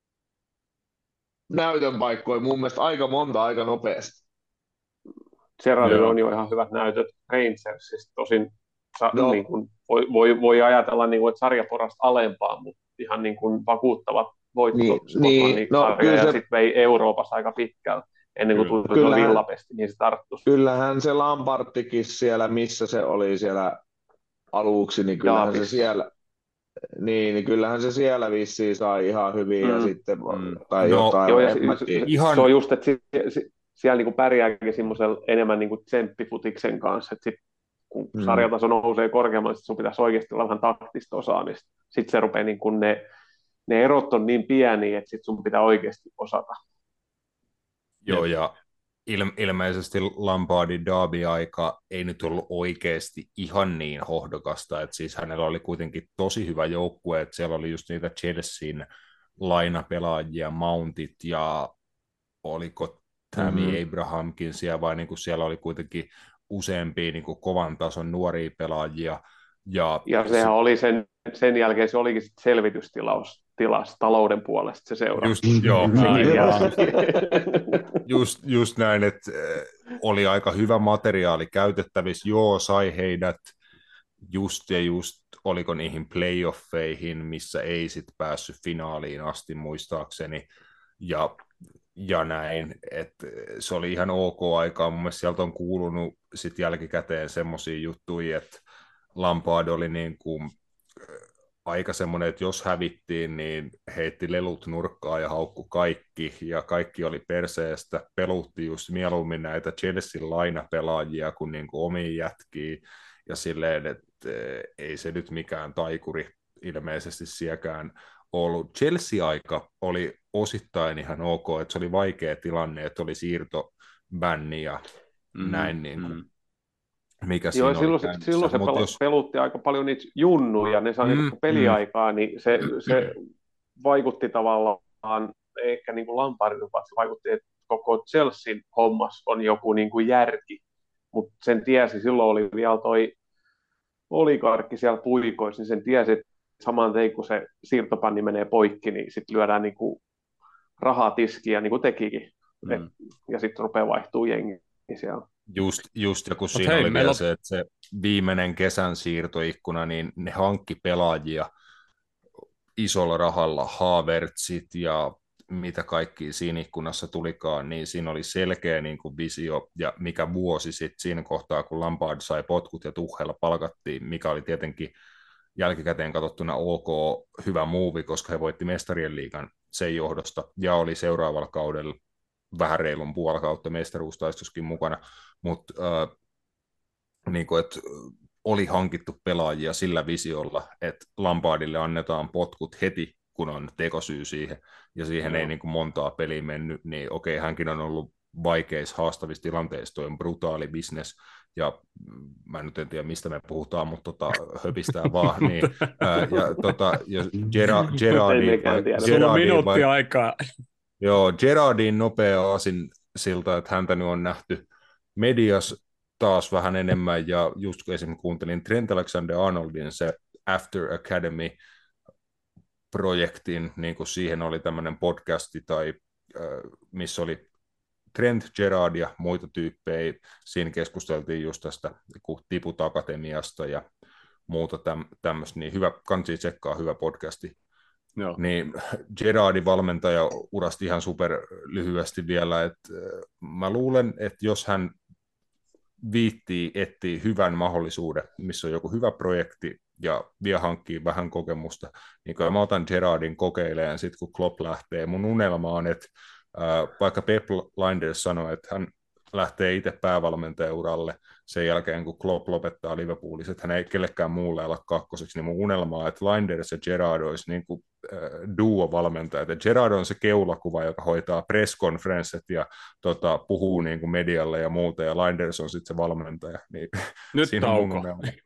näytön paikkoja mun mielestä aika monta aika nopeasti. Gerrardilla on jo ihan hyvät näytöt Rangersista, tosin No, niin kuin, voi ajatella, niin kuin, että sarjaporasta alempaa, mutta ihan niin kuin vakuuttavat voitto Scotland no League-sarja kyllä ja se, sitten vei Euroopassa aika pitkällä ennen kuin Kyllä. tuli tuo kyllähän, villapesti, niin se tarttuisi. kyllähän se Lampartikin siellä, missä se oli siellä aluksi, niin kyllähän se Jaapissa. siellä, niin kyllähän se siellä vissiin sai ihan hyvin ja Mm. sitten, Mm. tai No, jotain, Joo, ja en mä tiedä. se ihan, on just, että siellä niin kuin pärjääkin semmoisella enemmän niin kuin tsemppifutiksen kanssa, että sit, kun Mm. sarjataso nousee korkeammalle, sit sun pitäisi oikeasti olla vähän taktista osaamista. Sitten se rupeaa, niin kuin ne erot on niin pieniä, että sit sun pitää oikeasti osata. joo, Jep. ja ilmeisesti Lampardin derby-aika ei nyt ollut oikeasti ihan niin hohdokasta, että siis hänellä oli kuitenkin tosi hyvä joukkue, että siellä oli just niitä Chelsean lainapelaajia, Mountit ja oliko Tammy Abrahamkin siellä, vai niin kuin siellä oli kuitenkin useampia niin kuin kovan tason nuoria pelaajia. Ja sehän oli sen jälkeen se olikin sit selvitystilas talouden puolesta se seura. Joo, Sekin just näin, että oli aika hyvä materiaali käytettävissä. Joo, sai heidät just, oliko niihin playoffeihin, missä ei sit päässyt finaaliin asti muistaakseni, ja näin, että se oli ihan ok aikaa. Mun mielestä sieltä on kuulunut sit jälkikäteen semmoisia juttuja, että Lampard oli niin kuin aika semmoinen, että jos hävittiin, niin heitti lelut nurkkaa ja haukku kaikki, ja kaikki oli perseestä, pelutti just mieluummin näitä Chelsean lainapelaajia kuin niinku omiin jätkiin, ja silleen, että ei se nyt mikään taikuri ilmeisesti sielläkään ollut. Chelsea-aika oli osittain ihan ok, että se oli vaikea tilanne, että oli siirtobänni ja näin niin kuin, mikä Joo, siinä oli käynnissä. silloin se pelutti aika paljon niitä junnuja, ne sai niinku peliaikaa, niin se vaikutti tavallaan, ehkä niin kuin Lampardin se vaikutti, että koko Chelsean hommas on joku niin kuin järki, mutta sen tiesi, silloin oli vielä toi oligarkki siellä puikoissa, niin sen tiesi, että saman tein kun se siirtopänni menee poikki, niin sitten lyödään niin kuin rahaa tiskiä, niin kuin tekikin, ja sitten rupeaa vaihtuu jengi siellä. Just, ja kun siinä oli vielä se, että se viimeinen kesän siirtoikkuna, niin ne hankki pelaajia isolla rahalla, Havertzit ja mitä kaikki siinä ikkunassa tulikaan, niin siinä oli selkeä niin kuin visio, ja mikä vuosi sitten siinä kohtaa, kun Lampard sai potkut ja Tuchel palkattiin, mikä oli tietenkin jälkikäteen katsottuna ok, hyvä muuvi, koska he voitti Mestarien liigan sen johdosta, ja oli seuraavalla kaudella vähän reilun puolikautta mestaruustaistuskin mukana, mutta niin oli hankittu pelaajia sillä visiolla, että Lampardille annetaan potkut heti, kun on tekosyy siihen, ja siihen ei niin kuin montaa peliä mennyt, niin okei, hänkin on ollut vaikeissa, haastavissa tilanteissa, toi on brutaali bisnes, ja mä nyt en tiedä, mistä me puhutaan, mutta höpistää vaan, niin, ja Sulla on minuutti aikaa. Joo, Gerardin nopea aasin siltä, että häntä nyt on nähty mediassa taas vähän enemmän, ja just kun esimerkiksi kuuntelin Trent Alexander-Arnoldin se After Academy-projektin, niin kuin siihen oli tämmöinen podcasti, missä oli Trent, Gerrard ja muita tyyppejä, siinä keskusteltiin just tästä Tiput Akatemiasta ja muuta tämmöistä, niin hyvä, kansi tsekkaa, hyvä podcasti. Joo. Niin Gerardin valmentaja urasti ihan super lyhyesti vielä, että mä luulen, että jos hän viittii etsiä hyvän mahdollisuuden, missä on joku hyvä projekti ja vielä hankkii vähän kokemusta, niin kun mä otan Gerardin kokeilemaan sitten kun Klopp lähtee. Mun unelma on, että vaikka Pep Lijnders sanoi, että hän lähtee itse päävalmentajauralle sen jälkeen, kun Klopp lopettaa Liverpoolissa, että hän ei kellekään muulle ala kakkoseksi, niin mun unelma on, että Lijnders ja Gerrard olisi niin kuin duo-valmentajat. Gerrard on se keulakuva, joka hoitaa press-conferensset ja puhuu niin kuin medialle ja muuta, ja Lijnders on sitten se valmentaja. Niin nyt tauko.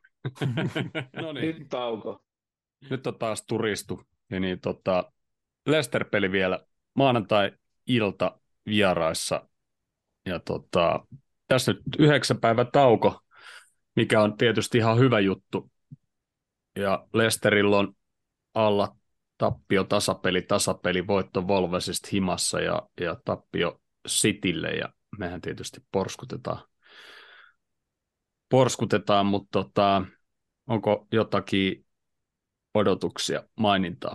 No niin. Nyt tauko. Nyt on taas turistu. Ja niin, Leicester-peli vielä maanantai-ilta vieraissa. Ja tässä nyt 9 päivän tauko, mikä on tietysti ihan hyvä juttu. Ja Leicesterillä on alla tappio, tasapeli, voitto Wolvesista himassa ja tappio Citylle. Ja mehän tietysti porskutetaan mutta Onko jotakin odotuksia, mainintaa?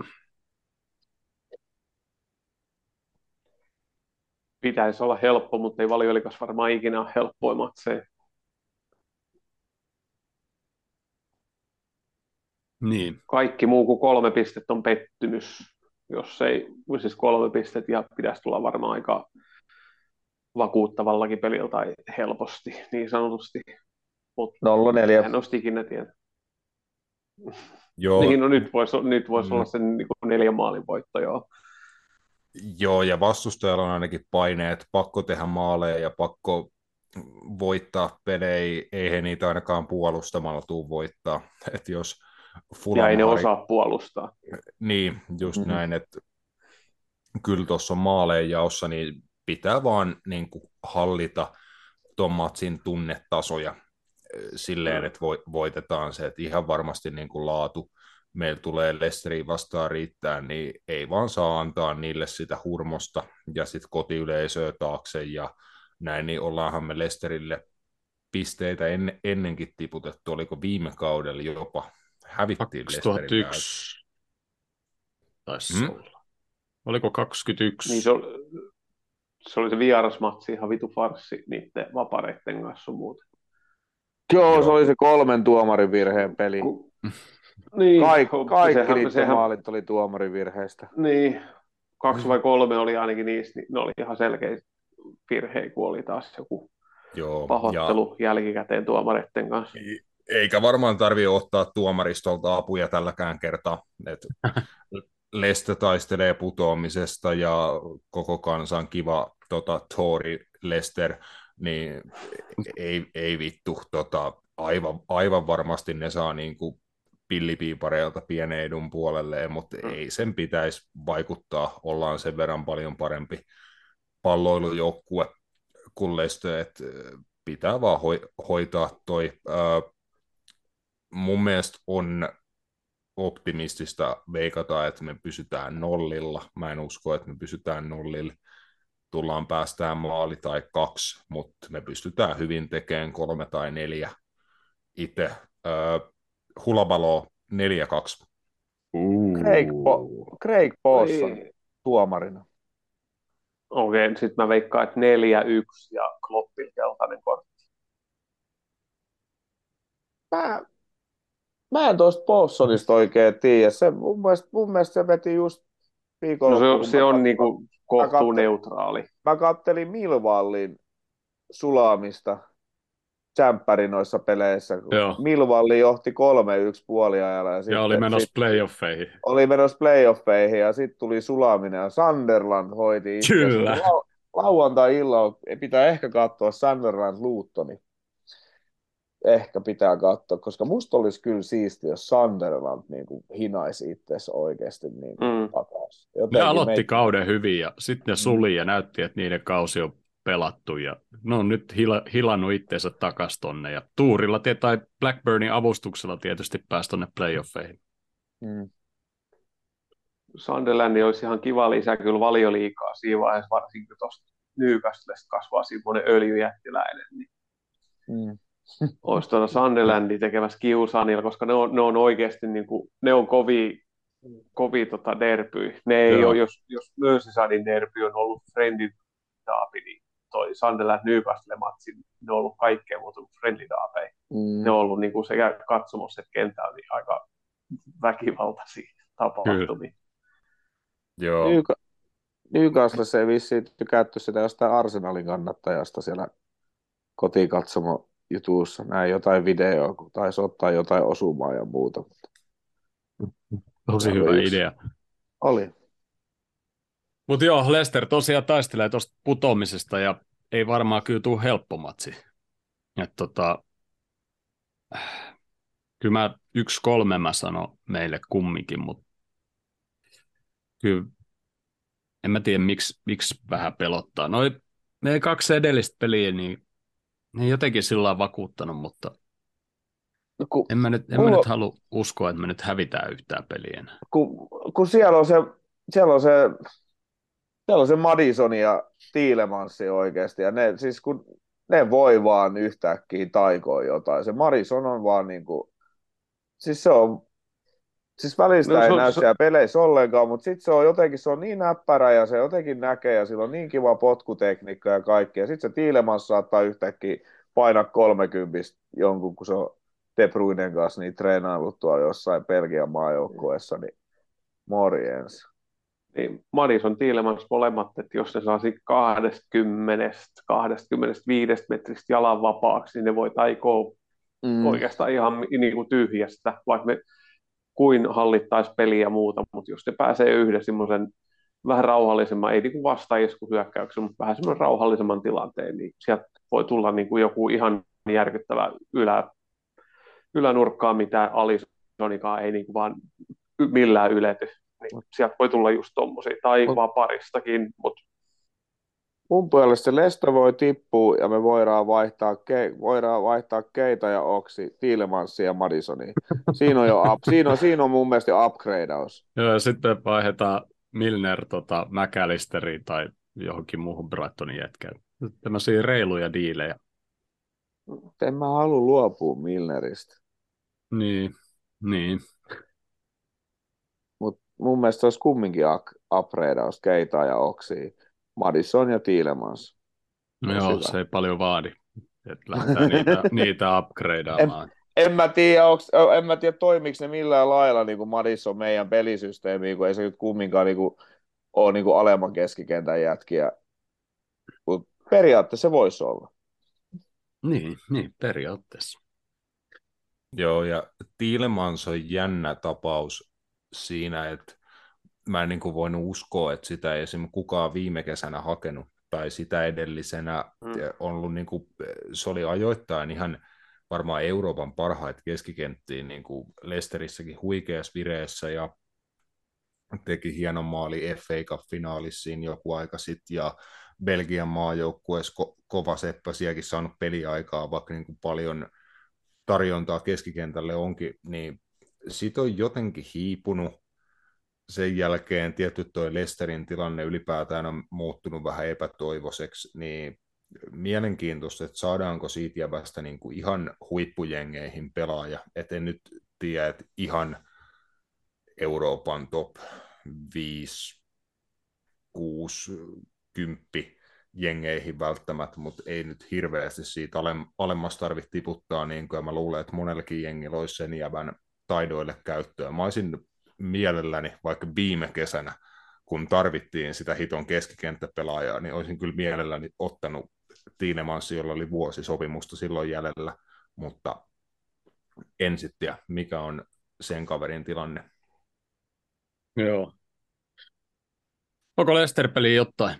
Pitäisi olla helppo, mutta ei Valioliigas varmaan ikinä ole helppoja matseja. Niin. Kaikki muu kuin 3 pistettä on pettymys. Jos ei, siis 3 pistettä ja pitäisi tulla varmaan aika vakuuttavallakin pelillä tai helposti, niin sanotusti. Mutta 0-4. en olisi ikinä tiedä. Joo, Niin, no nyt vois olla sen niin kuin 4 maalin voitto, joo. joo, ja vastustajalla on ainakin paineet, pakko tehdä maaleja ja pakko voittaa pelejä, ei he niitä ainakaan puolustamalla tule voittaa. Et jos Ja ei ne Fulham osaa puolustaa. Niin, just näin, että kyllä tuossa on maaleja jaossa, niin pitää vaan niin kuin hallita tuon matsin tunnetasoja silleen, että voitetaan se, että ihan varmasti niin kuin laatu meillä tulee Leicesteriin vastaan riittää, niin ei vaan saa antaa niille sitä hurmosta ja sitten kotiyleisöä taakse ja näin, niin ollaanhan me Leicesterille pisteitä ennenkin tiputettu, oliko viime kaudella jopa, hävittiin Leicesterin 2001 taisi olla. Oliko 21? Niin se oli se vierasmatsi, ihan vitu farssi niiden vapareiden kanssa muuta. Joo, se oli se 3 tuomarin virheen peli. Niin, Kaikki niiden maalit oli tuomarin virheistä. Niin, 2 vai 3 oli ainakin niistä, niin ne oli ihan selkeitä virheitä, kun oli taas joku pahoittelu jälkikäteen tuomareiden kanssa. Eikä varmaan tarvitse ottaa tuomaristolta apuja tälläkään kertaa. Leste taistelee putoamisesta ja koko kansan kiva Tori Lester, niin ei vittu, aivan varmasti ne saa niinku pillipiipareilta pienen edun puolelle, mutta ei sen pitäisi vaikuttaa, ollaan sen verran paljon parempi palloilujoukkue kuin Leste, että pitää vaan hoitaa toi. Mun mielestä on optimistista veikata, että me pysytään nollilla. Mä en usko, että me pysytään nollilla. Tullaan päästään maali tai 2, mutta me pystytään hyvin tekemään 3 tai 4 itse. Hulabalo 4-2. Craig Pawson tuomarina. Okei, sitten mä veikkaan, että 4-1 ja Kloppil keltainen kortti. Mä en tuosta Pawsonista oikein tiedä. Mun mielestä se veti just viikonloppuun. No se on niinku kohtuu neutraali. Mä kattelin Millwallin sulaamista tsemppäri noissa peleissä. Millwalli johti 3-1 puoliajalla. Ja oli menossa playoffeihin. Oli menossa playoffeihin ja sitten tuli sulaminen ja Sunderland hoiti itse. Kyllä. Lauantai-illalla pitää ehkä katsoa Sunderland Lutoni. Ehkä pitää katsoa, koska musta olisi kyllä siistiä, jos Sunderland niin kuin hinaisi itseessä oikeasti niin takaisin. Ne aloitti kauden hyvin ja sitten ne suli ja näytti, että niiden kausi on pelattu ja ne on nyt hilannut itseensä takaisin tonne ja tuurilla tai Blackburnin avustuksella tietysti pääsi tonne playoffeihin. Sunderland olisi ihan kiva lisää kyllä Valioliigaa siinä vaiheessa, varsinkin tuosta Newcastlesta kasvaa semmoinen öljyjättiläinen, niin olisi tuota Sunderlandia tekemässä kiusaa niillä, koska ne on oikeasti niin kuin, ne on kovia derbyjä. Ne ei ole, jos Merseysidin derby on ollut friendly derby, niin toi Sunderland Newcastle-matsi, ne on ollut kaikkea muuta kuin friendly derby. Ne on ollut niin kuin sekä katsomus että kentällä niin aika väkivaltaisia tapahtumia. Joo. Newcastlessa ei vissiin tykätty sitä jostain Arsenalin kannattajasta siellä kotikatsomo jutussa. Näin jotain videoa, kun taisi ottaa jotain osumaa ja muuta. Tosi hyvä idea. Oli. Mutta joo, Leicester tosiaan taistelee tuosta putoamisesta ja ei varmaan kyllä tule helppo matsi. Kyllä mä 1-3 mä sanon meille kumminkin, mutta kyllä en mä tiedä miksi vähän pelottaa. Meidän 2 edellistä peliä, niin ne ei jotenkin sillä lailla vakuuttanut, mutta en mä nyt halua uskoa, että me nyt hävitään yhtään peliä enää. Kun siellä on se Madison ja Tielemanssi oikeasti, ja ne voi vaan yhtäkkiä taikoa jotain. Se Madison on vaan niinku, Siis se on, siis No, välistä se, ei on- näy se, siellä peleissä ollenkaan, mutta sitten se on jotenkin, se on niin näppärä ja se jotenkin näkee ja sillä on niin kiva potkutekniikka ja kaikki. Ja sitten se Tiilemans saattaa yhtäkkiä painaa 30 jonkun, kun se on De Bruynen kanssa niin treenaillut tuolla jossain Belgian maajoukkueessa, niin morjens. niin Madison Tielemans molemmat, että jos ne saa 20-25 metristä jalan vapaaksi, niin ne voi taikoa Mm. oikeastaan ihan niin kuin tyhjästä, vaikka ne kuin hallittaisi peliä ja muuta, mutta jos ne pääsee yhden semmoisen vähän rauhallisemman, ei niin kuin vastaiskuhyökkäyksen, mutta vähän semmoinen rauhallisemman tilanteen, niin sieltä voi tulla niin kuin joku ihan järkyttävä ylänurkkaa, mitä Alisonikaan ei niin kuin vaan millään ylety. Niin sieltä voi tulla just tommosia, tai Mut vaan paristakin, mutta mun puolesta se Lesto voi tippua ja me voidaan vaihtaa Keita ja Oksi, Tielemansia ja Madisonia. Siinä on mun mielestä jo upgradeaus. Joo, ja sitten vaihdetaan Milner McAllisteriin tai johonkin muuhun Brightonin jätkään. Tämmöisiä reiluja diilejä. En mä halua luopua Milneristä. Niin, niin. Mutta mun mielestä se olisi kumminkin upgradeaus Keita ja Oksi, Madison ja Tielemans. No Olisi joo, hyvä. se ei paljon vaadi, että lähdetään niitä upgradeaamaan. En mä tiedä toimiiko ne millään lailla niin kuin Madison meidän pelisysteemiin, kun ei se nyt kumminkaan niin kuin, ole niin kuin alemman keskikentän jätkiä. Mut periaatteessa se voisi olla. Niin, periaatteessa. Joo, ja Tielemans on jännä tapaus siinä, että mä en niin kuin voinut uskoa, että sitä ei esimerkiksi kukaan viime kesänä hakenut, tai sitä edellisenä on ollut, niin kuin, se oli ajoittain ihan varmaan Euroopan parhaita keskikenttiin, niin kuin Leicesterissäkin huikeassa vireessä, ja teki hienon maali FA Cup-finaalissa siinä joku aika sitten, ja Belgian maajoukkueessa kova seppä, sielläkin saanut peliaikaa, vaikka niin kuin paljon tarjontaa keskikentälle onkin, niin sit on jotenkin hiipunut. Sen jälkeen tietty toi Leicesterin tilanne ylipäätään on muuttunut vähän epätoivoiseksi, niin mielenkiintoista, että saadaanko siitä jäbästä niin kuin ihan huippujengeihin pelaaja. Et en nyt tiedä, että ihan Euroopan top 5, 6, 10 jengeihin välttämättä, mutta ei nyt hirveästi siitä alemmassa tarvitse tiputtaa, niin kuin mä luulen, että monellakin jengillä olisi sen jävän taidoille käyttöä. Mä olisin mielelläni vaikka viime kesänä, kun tarvittiin sitä hiton keskikenttäpelaajaa, niin olisin kyllä mielelläni ottanut Tielemans, jolla oli vuosi sopimusta silloin jäljellä, mutta en sitten tiedä, mikä on sen kaverin tilanne. Joo. Onko Leicester-peliin jotain?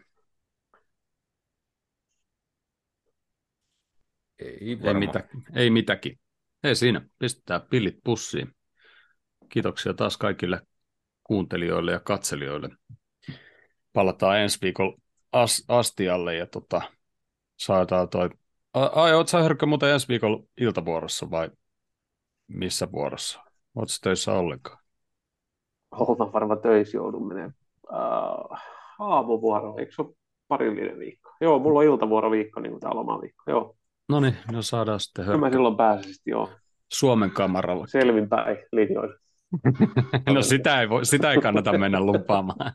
Ei varmaan. Ei mitäkin. Ei siinä. Pistetään pillit pussiin. Kiitoksia taas kaikille kuuntelijoille ja katselijoille. Palataan ensi viikolla astialle ja saadaan toi... Oot sä Hyrkkö muuten ensi viikolla iltavuorossa vai missä vuorossa? Oot sä töissä ollenkaan? ollaan varmaan töissä joudun menemään. Aamuvuoro, eikö se ole parillinen viikko? Joo, mulla on iltavuoroviikko, niin kuin tämä lomaviikko. Joo, No niin, no saadaan sitten kyllä mä Hyrkkö silloin pääsisin, joo, Suomen kamaralla. selvinpäin linjoille. No sitä ei kannata mennä lupaamaan.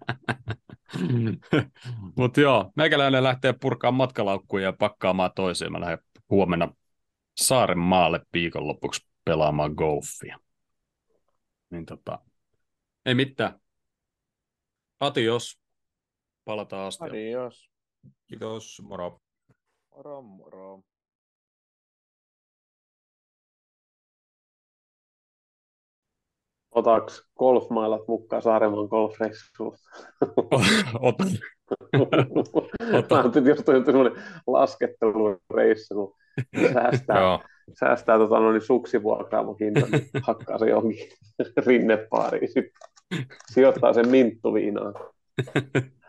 Mutta joo, meikäläinen lähtee purkamaan matkalaukkuja ja pakkaamaan toiseen. Mä lähden huomenna Saarenmaalle viikonlopuksi pelaamaan golfia. Niin ei mitään. Adios. Palataan asti. Adios. Kiitos, moro. Moro, moro. Otaks golfmailat mukaan Saaremaan golfreissuun? Ota. Mä ajattelin, jos toi on semmoinen laskettelureissu, kun säästää suksivuokraamon hinta, niin hakkaa se johonkin rinnepaariin. Sitten sijoittaa sen minttuviinaan.